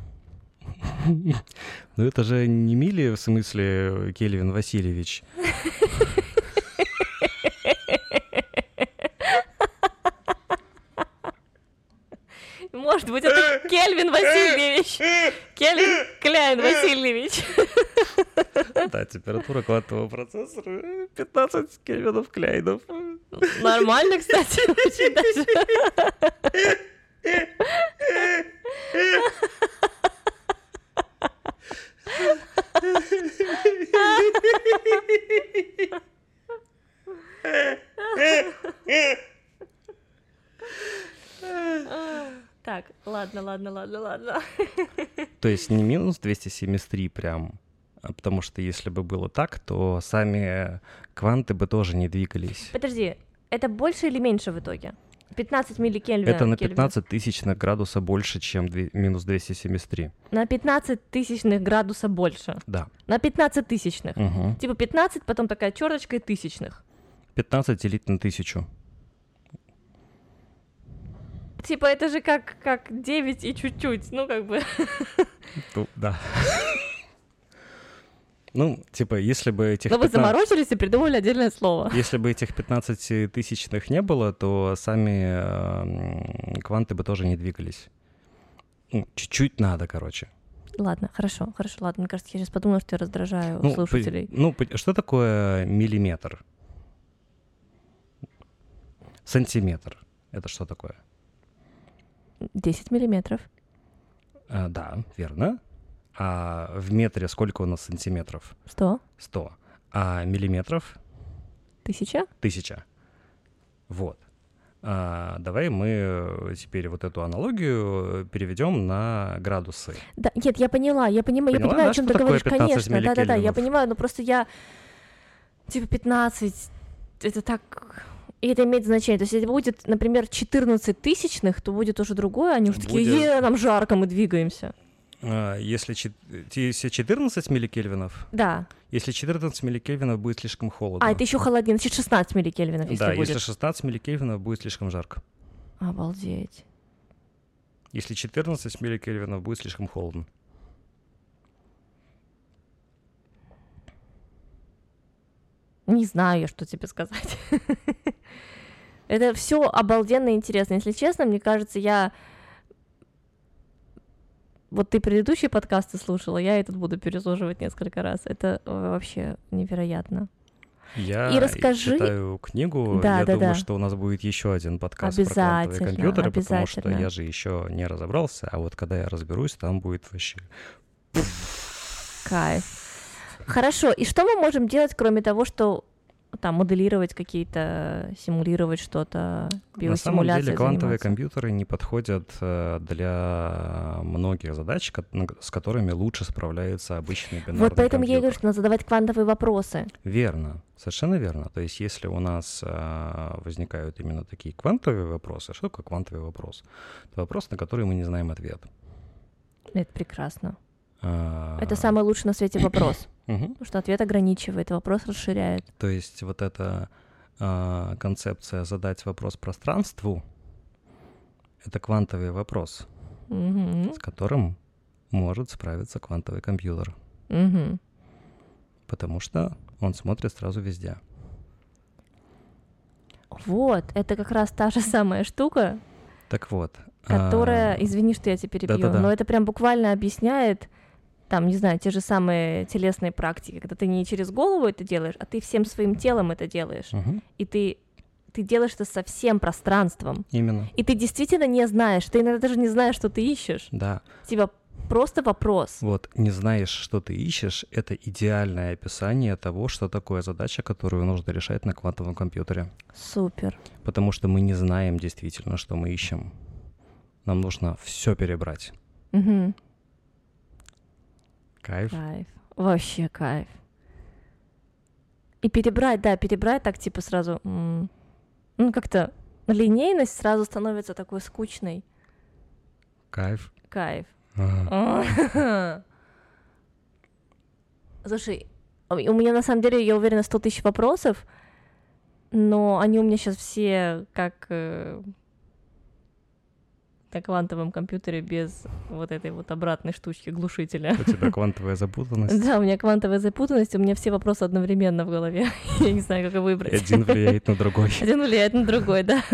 Ну это же не милли в смысле Кельвин Васильевич. Может быть, это Кельвин Васильевич. Кельвин Кляйн Васильевич. Да, температура квантового процессора пятнадцать кельвинов Кляйнов. Нормально, кстати, очень даже. Так, ладно, ладно, ладно, ладно. То есть не минус двести семьдесят три прям, а потому что если бы было так, то сами кванты бы тоже не двигались. Подожди, это больше или меньше в итоге? пятнадцать милликельвина. Это на пятнадцать тысячных градуса больше, чем минус двести семьдесят три. На пятнадцать тысячных градуса больше? Да. На пятнадцать тысячных? Угу. Типа пятнадцать, потом такая черточка и тысячных. пятнадцать делить на тысячу. Типа это же как, как девять и чуть-чуть, ну как бы. Ну, да. Ну, типа, если бы этих... Но вы пятнадцать... заморочились и придумали отдельное слово. Если бы этих пятнадцати тысячных не было, то сами э, кванты бы тоже не двигались. Ну, чуть-чуть надо, короче. Ладно, хорошо, хорошо, ладно. Мне кажется, я сейчас подумала, что я раздражаю ну, слушателей. По, ну, по, что такое миллиметр? Сантиметр. Это что такое? десять миллиметров. А, да, верно. А в метре сколько у нас сантиметров? Сто. Сто. А миллиметров? Тысяча? Тысяча. Вот. А, давай мы теперь вот эту аналогию переведем на градусы. Да, нет, я поняла, я понимаю, Поняла, я понимаю, да, о чем что ты такое говоришь, конечно, да-да-да, я милликельвинов? понимаю, но просто я, типа, пятнадцать, это так, и это имеет значение, то есть если будет, например, четырнадцать тысячных, то будет уже другое, они уже такие, Будет- е, нам жарко, мы двигаемся. А, если, чет- если четырнадцать милликельвинов, Да, если четырнадцать милликельвинов будет слишком холодно. а это еще холоднее, значит шестнадцать милликельвинов, если Да, будет. если шестнадцать милликельвинов будет слишком жарко. Обалдеть. Если четырнадцать милликельвинов будет слишком холодно. Не знаю я, что тебе сказать. Это все обалденно интересно. Если честно, мне кажется, я... Вот ты предыдущие подкасты слушала, я этот буду переслушивать несколько раз. Это э, вообще невероятно. Я И расскажи- читаю книгу, Да, я да, думаю, да. что у нас будет еще один подкаст про квантовые Обязательно, компьютеры, потому что обязательно. я же еще не разобрался, а вот когда я разберусь, там будет вообще... Кайф. Хорошо, и что мы можем делать, кроме того, что там моделировать какие-то, симулировать что-то, На самом биосимуляцией деле квантовые заниматься? компьютеры не подходят э, для многих задач, ко- на- с которыми лучше справляется обычный бинарный Вот поэтому я и компьютер. говорю, что надо задавать квантовые вопросы. Верно, совершенно верно. То есть если у нас э, возникают именно такие квантовые вопросы, что такое квантовый вопрос? Это вопрос, на который мы не знаем ответ. Это прекрасно. А, Это самый лучший на свете вопрос, мгм. потому что ответ ограничивает, вопрос расширяет. То есть вот эта а, концепция задать вопрос пространству — это квантовый вопрос, Мгм. с которым может справиться квантовый компьютер, Мгм. потому что он смотрит сразу везде. Вот, это как раз та же самая штука, Так вот. а, которая, извини, что я тебя перебью, да-да-да. но это прям буквально объясняет, там, не знаю, те же самые телесные практики, когда ты не через голову это делаешь, а ты всем своим телом это делаешь, мгм, и ты, ты делаешь это со всем пространством, именно, и ты действительно не знаешь, ты иногда даже не знаешь, что ты ищешь, да. типа просто вопрос. Вот, не знаешь, что ты ищешь, это идеальное описание того, что такое задача, которую нужно решать на квантовом компьютере. Супер. Потому что мы не знаем действительно, что мы ищем. Нам нужно все перебрать. Мгм. Кайф. Кайф. Вообще кайф. И перебрать, да, перебрать так, типа, сразу, м, ну, как-то линейность сразу становится такой скучной. Кайф. Кайф. Ага. Слушай, у меня на самом деле, я уверена, сто тысяч вопросов, но они у меня сейчас все как э, на квантовом компьютере без вот этой вот обратной штучки глушителя. У тебя квантовая запутанность. Да, у меня квантовая запутанность, у меня все вопросы одновременно в голове. Я не знаю, как их выбрать. Один влияет на другой. Один влияет на другой, да.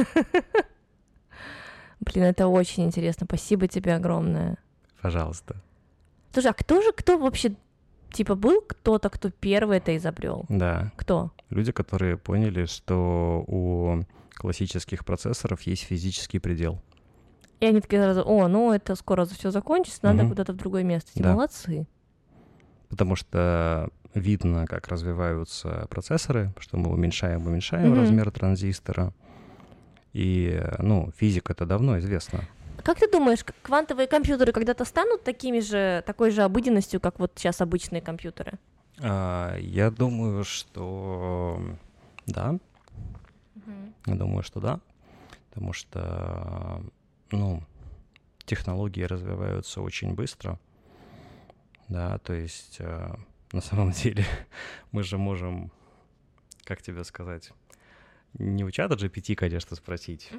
Блин, это очень интересно. Спасибо тебе огромное. Пожалуйста. Слушай, а кто же, кто вообще, типа, был кто-то, кто первый это изобрел? Да. Кто? Люди, которые поняли, что у классических процессоров есть физический предел. И они такие сразу: о, ну это скоро все закончится, надо Мгм. куда-то в другое место. Эти Да. молодцы. Потому что видно, как развиваются процессоры, что мы уменьшаем, уменьшаем Мгм. размер транзистора. И, ну, физика это давно известно. Как ты думаешь, к- квантовые компьютеры когда-то станут такими же, такой же обыденностью, как вот сейчас обычные компьютеры? А, я думаю, что да. Я думаю, что да. Потому что, ну, технологии развиваются очень быстро. Да, то есть э, на самом деле мы же можем, как тебе сказать, не у чата джи пи ти, конечно, спросить,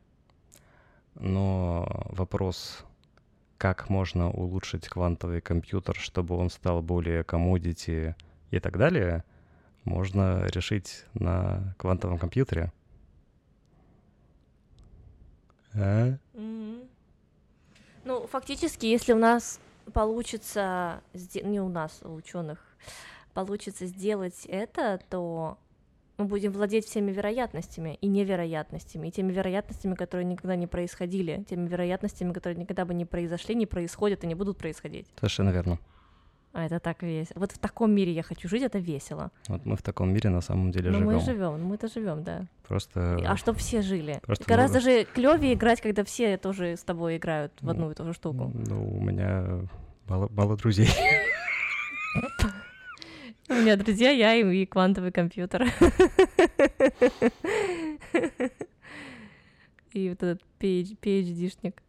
но вопрос, как можно улучшить квантовый компьютер, чтобы он стал более commodity и так далее, можно решить на квантовом компьютере. А? Ну, фактически, если у нас получится, сде- не у нас, у ученых, получится сделать это, то мы будем владеть всеми вероятностями и невероятностями, и теми вероятностями, которые никогда не происходили, теми вероятностями, которые никогда бы не произошли, не происходят и не будут происходить. Совершенно верно. А это так весело. Вот в таком мире я хочу жить, это весело. Вот мы в таком мире на самом деле Но живем. мы живем, мы-то живем, да. Просто А чтоб все жили. Просто Гораздо много- же клевее играть, когда все тоже с тобой играют в одну и ту же штуку. ну, у меня мало, мало друзей. У меня друзья, я и, и квантовый компьютер. И вот этот пи эйч ди-шник.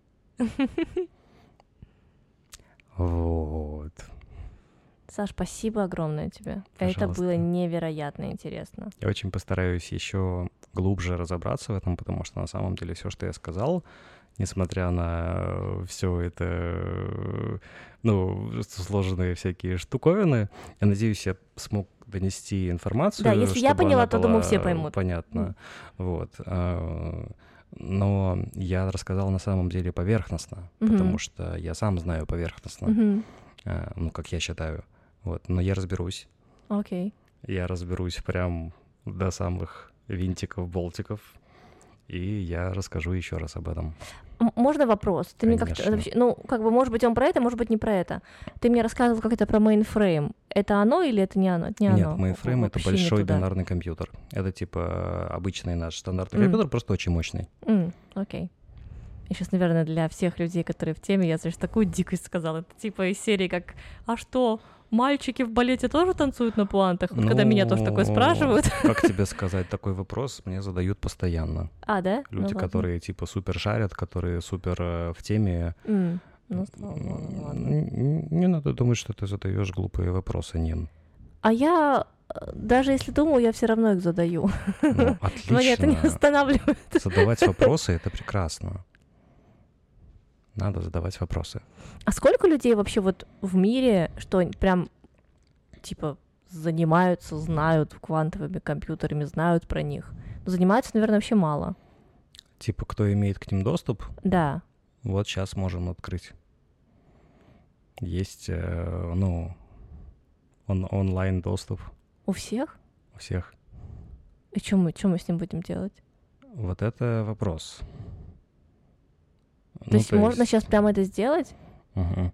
Вот. Саш, спасибо огромное тебе. Это Пожалуйста. было невероятно интересно. Я очень постараюсь еще глубже разобраться в этом, потому что на самом деле все, что я сказал, несмотря на все это, э, ну, сложные всякие штуковины, я надеюсь, я смог донести информацию. Да, если я чтобы поняла, она то, была думаю, все поймут. Понятно. Вот. а, Но я рассказал на самом деле поверхностно, Мгм. потому что я сам знаю поверхностно, Мгм. а, ну, как я считаю. Вот. Но я разберусь. Окей. Я разберусь прям до самых винтиков, болтиков, и я расскажу еще раз об этом. М- Можно вопрос? Ты мне как-то Конечно. вообще, ну, как бы, может быть, он про это, может быть, не про это. Ты мне рассказывал как это про мейнфрейм. Это оно или это не оно? Это не Нет, оно. мейнфрейм — это Вообще не большой туда. бинарный компьютер. Это типа обычный наш стандартный М. компьютер, просто очень мощный. М, Окей. И сейчас, наверное, для всех людей, которые в теме, я сейчас такую дикость сказала. Это типа из серии как: а что, мальчики в балете тоже танцуют на пуантах? Вот когда меня тоже такое Ну, спрашивают. Как тебе сказать, такой вопрос мне задают постоянно. А, да? Ну, Люди, ладно. которые типа супер шарят, которые супер э, в теме. М, Ну, ладно, ладно. Н- Не надо думать, что ты задаешь глупые вопросы, Нин. А я, э, даже если думаю, я все равно их задаю. Ну, Но меня это не отлично. останавливает. Задавать вопросы — это прекрасно. Надо задавать вопросы. А сколько людей вообще вот в мире, что они прям, типа, занимаются, знают квантовыми компьютерами, знают про них? Но занимаются, наверное, вообще мало. Типа, кто имеет к ним доступ, Да. вот сейчас можем открыть. Есть, э, ну, он- онлайн доступ У всех? у всех. И что мы, чё мы с ним будем делать? Вот это вопрос. То есть можно сейчас прямо это сделать? Мгм.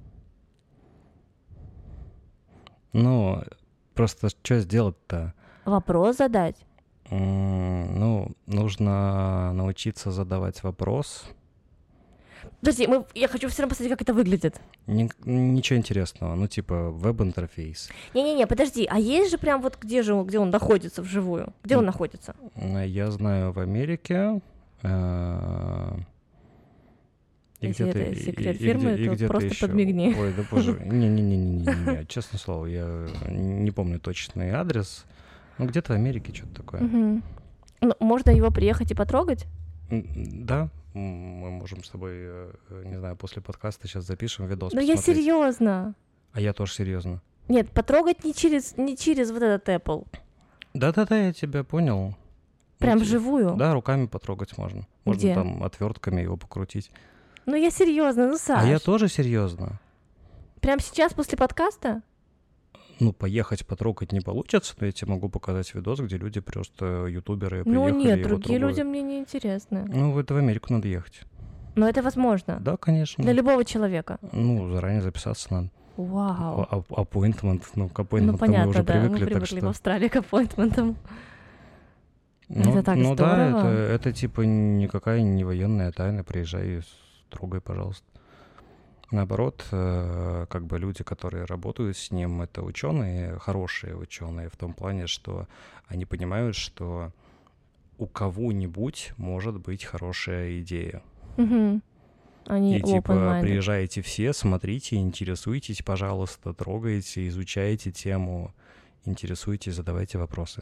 Ну, просто что сделать-то? Вопрос задать? М, Ну, нужно научиться задавать вопрос. Подожди, мы, я хочу все равно посмотреть, как это выглядит. Ни- ничего интересного, ну типа веб-интерфейс. Не-не-не, подожди, а есть же прям вот где же он, где он находится вживую? Где он М. находится? Э, Я знаю в Америке. э, И Если где-то, это и- секрет и- и фирмы, где- и то где-то просто ещё. подмигни. Ой, да боже, не-не-не-не-не, честное слово, я не помню точный адрес. Ну, где-то в Америке что-то такое. Мгм. Ну, можно его приехать и потрогать? М, Да, м, мы можем с тобой, э, э, не знаю, после подкаста сейчас запишем видос, Ну, я посмотреть. серьезно. А я тоже серьезно. Нет, потрогать не через, не через вот этот Apple. Да-да-да, я тебя понял. Прям Ну, те- вживую. Да, руками потрогать можно. Можно Где? там отвертками его покрутить. Ну, я серьезно, ну, Саш. А я тоже серьезно. Прям сейчас после подкаста? Ну, поехать потрогать не получится, но я тебе могу показать видос, где люди просто ютуберы Ну, приехали нет, и его другие трогают. люди мне не интересны. Ну, в это в Америку надо ехать. Но это возможно. Да, конечно. Для любого человека. Ну, заранее записаться надо. Вау. А- а- Appointment, ну, к Ну, appointment мы понятно, уже да. привыкли, Мы так привыкли в что... Австралии к аппоинтментам. Ну, Это так ну да, здорово. это, это типа никакая не военная тайна, приезжай, с- трогай, пожалуйста. Наоборот, э, как бы люди, которые работают с ним, это ученые, хорошие ученые, в том плане, что они понимают, что у кого-нибудь может быть хорошая идея. Мгм. Они И типа open-minded. приезжаете все, смотрите, интересуйтесь, пожалуйста, трогайте, изучайте тему, интересуйтесь, задавайте вопросы.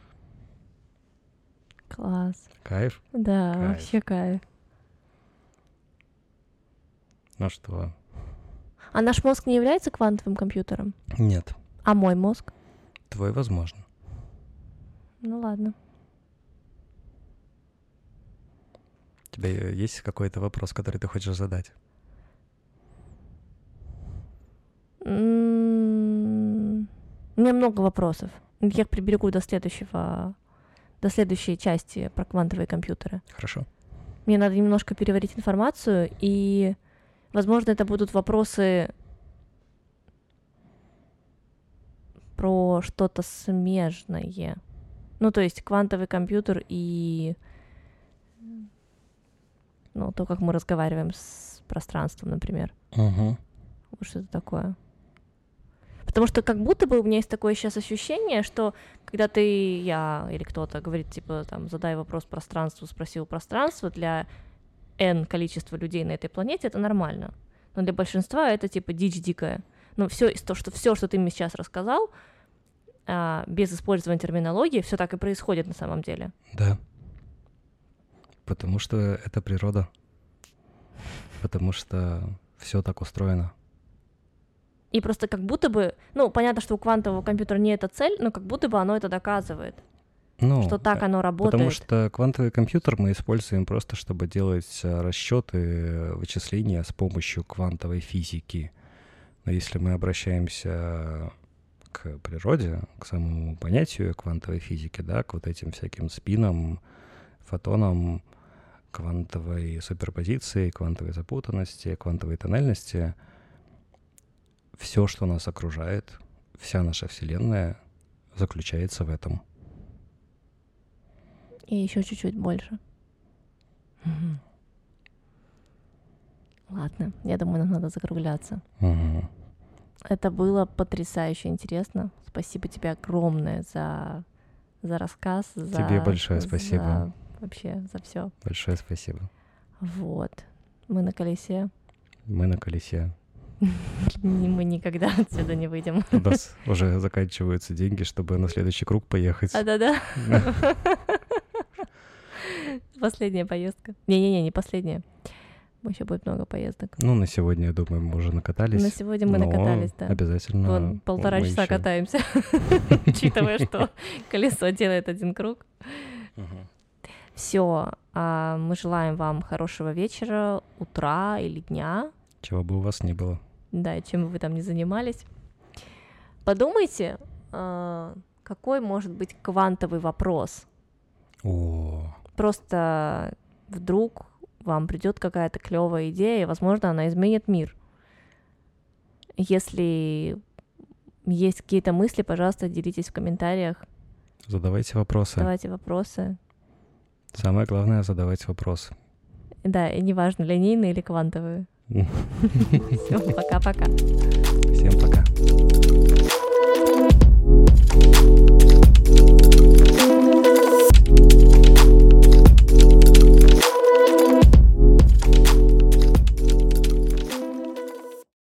Класс. Кайф? Да, Кайф. вообще кайф. Ну что? А наш мозг не является квантовым компьютером? Нет, А мой мозг? твой возможно. Ну ладно. У тебя э, есть какой-то вопрос, который ты хочешь задать? М, У меня много вопросов. Я их приберегу до следующего, до следующей части про квантовые компьютеры. Хорошо. Мне надо немножко переварить информацию, и, возможно, это будут вопросы про что-то смежное. Ну, то есть квантовый компьютер и ну, то, как мы разговариваем с пространством, например. Угу. Вот что-то такое. Потому что как будто бы у меня есть такое сейчас ощущение, что когда ты, я или кто-то говорит, типа, там, задай вопрос пространству, спроси у пространства, для N количества людей на этой планете это нормально. Но для большинства это, типа, дичь дикая. Но все, то, что, все, что ты мне сейчас рассказал, а, без использования терминологии, все так и происходит на самом деле. Да. Потому что это природа. Потому что все так устроено. И просто как будто бы, ну, понятно, что у квантового компьютера не эта цель, но как будто бы оно это доказывает, Ну, что так э, оно работает. потому что квантовый компьютер мы используем просто, чтобы делать э, расчеты, э, вычисления с помощью квантовой физики. Но если мы обращаемся к природе, к самому понятию квантовой физики, да, к вот этим всяким спинам, фотонам, квантовой суперпозиции, квантовой запутанности, квантовой тональности, все, что нас окружает, вся наша Вселенная заключается в этом. И еще чуть-чуть больше. Мгм. Ладно, я думаю, нам надо закругляться. Мгм. Это было потрясающе интересно. Спасибо тебе огромное за, за рассказ. За, Тебе большое спасибо. за- вообще за все. Большое спасибо. Вот. Мы на колесе. Мы на колесе. Ни- Мы никогда отсюда не выйдем. У нас уже заканчиваются деньги, чтобы на следующий круг поехать. А, да-да. Последняя поездка. Не-не-не, не последняя. Еще будет много поездок. Ну, на сегодня, я думаю, мы уже накатались. На сегодня мы но накатались, да. Обязательно. Вон, полтора мы часа ещё- катаемся, учитывая, что колесо делает один круг. Мгм. Все, мы желаем вам хорошего вечера, утра или дня, Чего бы у вас ни было. да, и чем бы вы там ни занимались. Подумайте, а, какой может быть квантовый вопрос. О, Просто вдруг вам придет какая-то клевая идея, и, возможно, она изменит мир. Если есть какие-то мысли, пожалуйста, делитесь в комментариях, задавайте вопросы. задавайте вопросы. Самое главное — задавать вопросы. Да, и неважно, линейные или квантовые. Все, пока-пока. Всем пока.